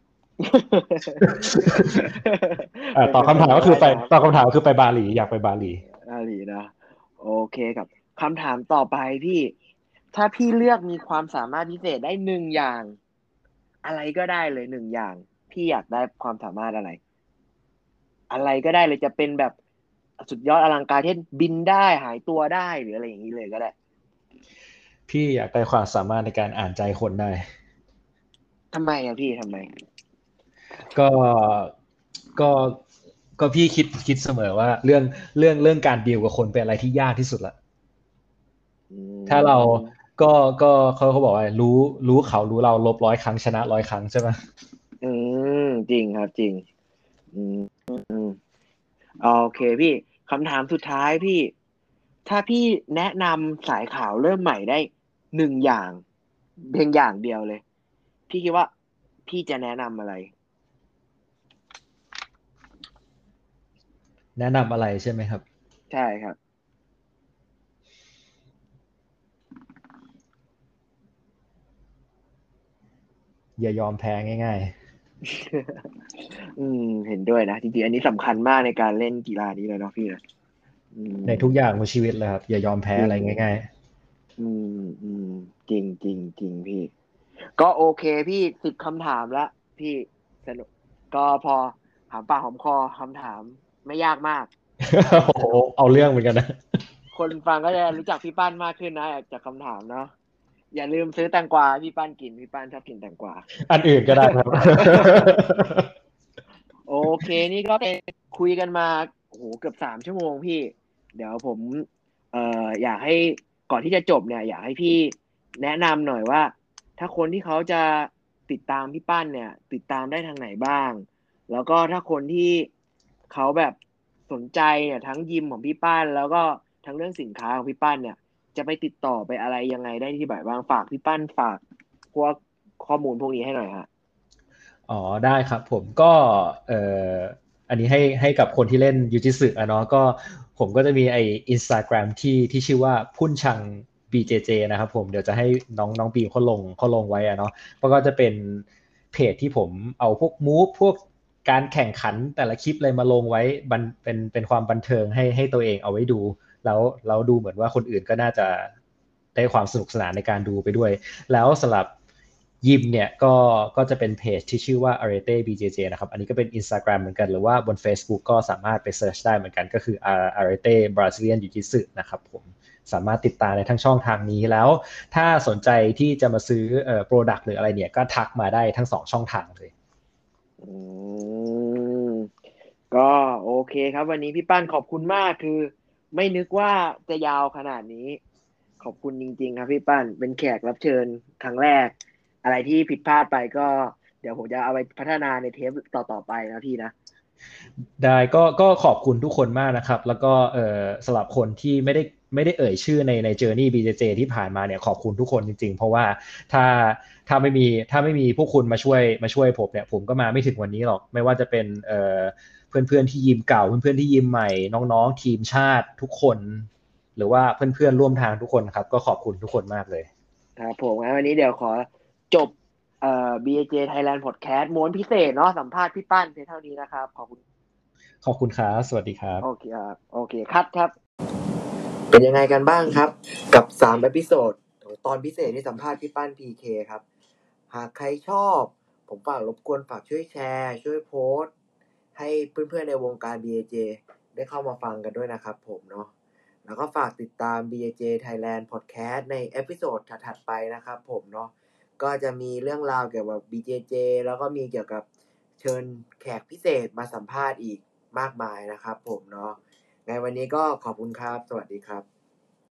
อ่าเป็นตอบคำถามเป็นคนไม่ก็คือไปว่ายน้ตอบคำถามก็คือไปบาหลีอยากไปบาหลีำอาหลีนะโอเคครับคำถามต่อไปพี่ ถ้าพี่เลือกมีความสามารถพิเศษได้หนึ่งอย่าง อะไรก็ได้เลยหนึ่งอย่าง พี่อยากได้ความสามารถอะไร อะไรก็ได้เลยจะเป็นแบบสุดยอดอลังการเช่นบินได้หายตัวได้หรืออะไรอย่างนี้เลยก็ได้พี่อยากได้ความสามารถในการอ่านใจคนได้ทำไมอะพี่ทำไมก็ก็ก็พี่คิดคิดเสมอว่าเรื่องเรื่องเรื่องการดีลกับคนเป็นอะไรที่ยากที่สุดละอืถ้าเรามก็ก็เขาเขาบอกว่ารู้รู้เขารู้เราลบร้อยครั้งชนะร้อยครั้งใช่ไหมอืมจริงครับจริงอืมอืมโอเคพี่คำถามสุดท้ายพี่ ถ้าพี่แนะนำสายข่าวเริ่มใหม่ได้หนึ่งอย่างเพียงอย่างเดียวเลยพี่คิดว่าพี่จะแนะนำอะไรแนะนำอะไรใช่ไหมครับใช่ครับอย่ายอมแพ้ง่ายอืมเห็นด้วยนะจริงๆอันนี้สำคัญมากในการเล่นกีฬานี้เลยเนาะพี่นะอืๆในมทุกอย่างในชีวิตเลยครับอย่ายอมแพ้จริงอะไรง่ายอืมอืมจริงจริงจริงพี่ก็โอเคพี่สิบคำถามละพี่สนุกก็พอหอมปากหอมคอคำถามไม่ยากมากๆส นุกโอ้โหสนุกเอาเรื่องเหมือนกันนะคนฟังก็จะรู้จักพี่ป้านมากขึ้นนะจากคำถามเนาะอย่าลืมซื้อแตงกวาพี่ป้านกินพี่ป้านชอบกินแตงกวาอันอื่นก็ได้ครับโอเคนี่ก็เป็นคุยกันมาโอ้โหเกือบสามชั่วโมงพี่เดี๋ยวผมเอ่ออยากให้ก่อนที่จะจบเนี่ยอยากให้พี่แนะนำหน่อยว่าถ้าคนที่เขาจะติดตามพี่ปั้นเนี่ยติดตามได้ทางไหนบ้างแล้วก็ถ้าคนที่เขาแบบสนใจเนี่ยทั้งยิมของพี่ปั้นแล้วก็ทั้งเรื่องสินค้าของพี่ปั้นเนี่ยจะไปติดต่อไปอะไรยังไงได้ที่ไหนบ้างฝากพี่ปั้นฝากพวกข้อมูลพวกนี้ให้หน่อยฮะอ๋อได้ครับผมก็เอ่ออันนี้ให้ให้กับคนที่เล่นยูจิสึอะเนาะก็ผมก็จะมีไอ Instagram ที่ที่ชื่อว่าพุ่นชัง บี เจ เจ นะครับผมเดี๋ยวจะให้น้องน้องบีมเขาลงเขาลงไว้อะเนาะเพราะก็จะเป็นเพจที่ผมเอาพวกมูฟพวกการแข่งขันแต่ละคลิปเลยมาลงไว้บันเป็นเป็นความบันเทิงให้ให้ตัวเองเอาไว้ดูแล้วแล้วดูเหมือนว่าคนอื่นก็น่าจะได้ความสนุกสนานในการดูไปด้วย แล้วสำหรับยิมเนี่ยก็ก็จะเป็นเพจที่ชื่อว่า Arete บี เจ เจ นะครับอันนี้ก็เป็น Instagram เหมือนกันหรือว่าบน Facebook ก็สามารถไปเสิร์ชได้เหมือนกันก็คือ Arete Brazilian Jiu-Jitsu นะครับผมสามารถติดตามในทั้งช่องทางนี้แล้วถ้าสนใจที่จะมาซื้อเอ่อ product หรืออะไรเนี่ยก็ทักมาได้ทั้งสองช่องทางเลยอืมก็โอเคครับวันนี้พี่ปั้นขอบคุณมากคือไม่นึกว่าจะยาวขนาดนี้ขอบคุณจริงๆครับพี่ปั้นเป็นแขกรับเชิญครั้งแรกอะไรที่ผิดพลาดไปก็เดี๋ยวผมจะเอาไปพัฒนาในเทปต่อๆไปนะพี่นะได้ก็ก็ขอบคุณทุกคนมากนะครับแล้วก็เอ่อสำหรับคนที่ไม่ได้ไม่ได้เอ่ยชื่อในใน Journey บี เจ เจ ที่ผ่านมาเนี่ยขอบคุณทุกคนจริงๆเพราะว่าถ้าถ้าไม่มีถ้าไม่มีพวกคุณมาช่วยมาช่วยผมเนี่ยผมก็มาไม่ถึงวันนี้หรอกไม่ว่าจะเป็นเอ่อเพื่อนๆที่ยิมเก่าเพื่อนๆที่ยิมใหม่น้องๆทีมชาติทุกคนหรือว่าเพื่อนๆร่วมทางทุกคนครับก็ขอบคุณทุกคนมากเลยครับผมงั้นวันนี้เดี๋ยวขอจบเอ่อ บี เจ เจ Thailand Podcast ม้วนพิเศษเนาะสัมภาษณ์พี่ปั้นเพียงเท่านี้นะครับขอบคุณขอบคุณครับสวัสดีครับโอเคครับโอเคครับครับเป็นยังไงกันบ้างครับกับสามเอพิโซดของตอนพิเศษที่สัมภาษณ์พี่ปั้น พี เค ครับหากใครชอบผมฝากรบกวนฝากช่วยแชร์ช่วยโพสต์ให้เพื่อนๆในวงการ บี เจ เจ ได้เข้ามาฟังกันด้วยนะครับผมเนาะแล้วก็ฝากติดตาม บี เจ เจ Thailand Podcast ในเอพิโซดถัดๆไปนะครับผมเนาะก็จะมีเรื่องราวเกี่ยวกับ บี เจ เจ แล้วก็มีเกี่ยวกับเชิญแขกพิเศษมาสัมภาษณ์อีกมากมายนะครับผมเนาะในวันนี้ก็ขอบคุณครับสวัสดีครับ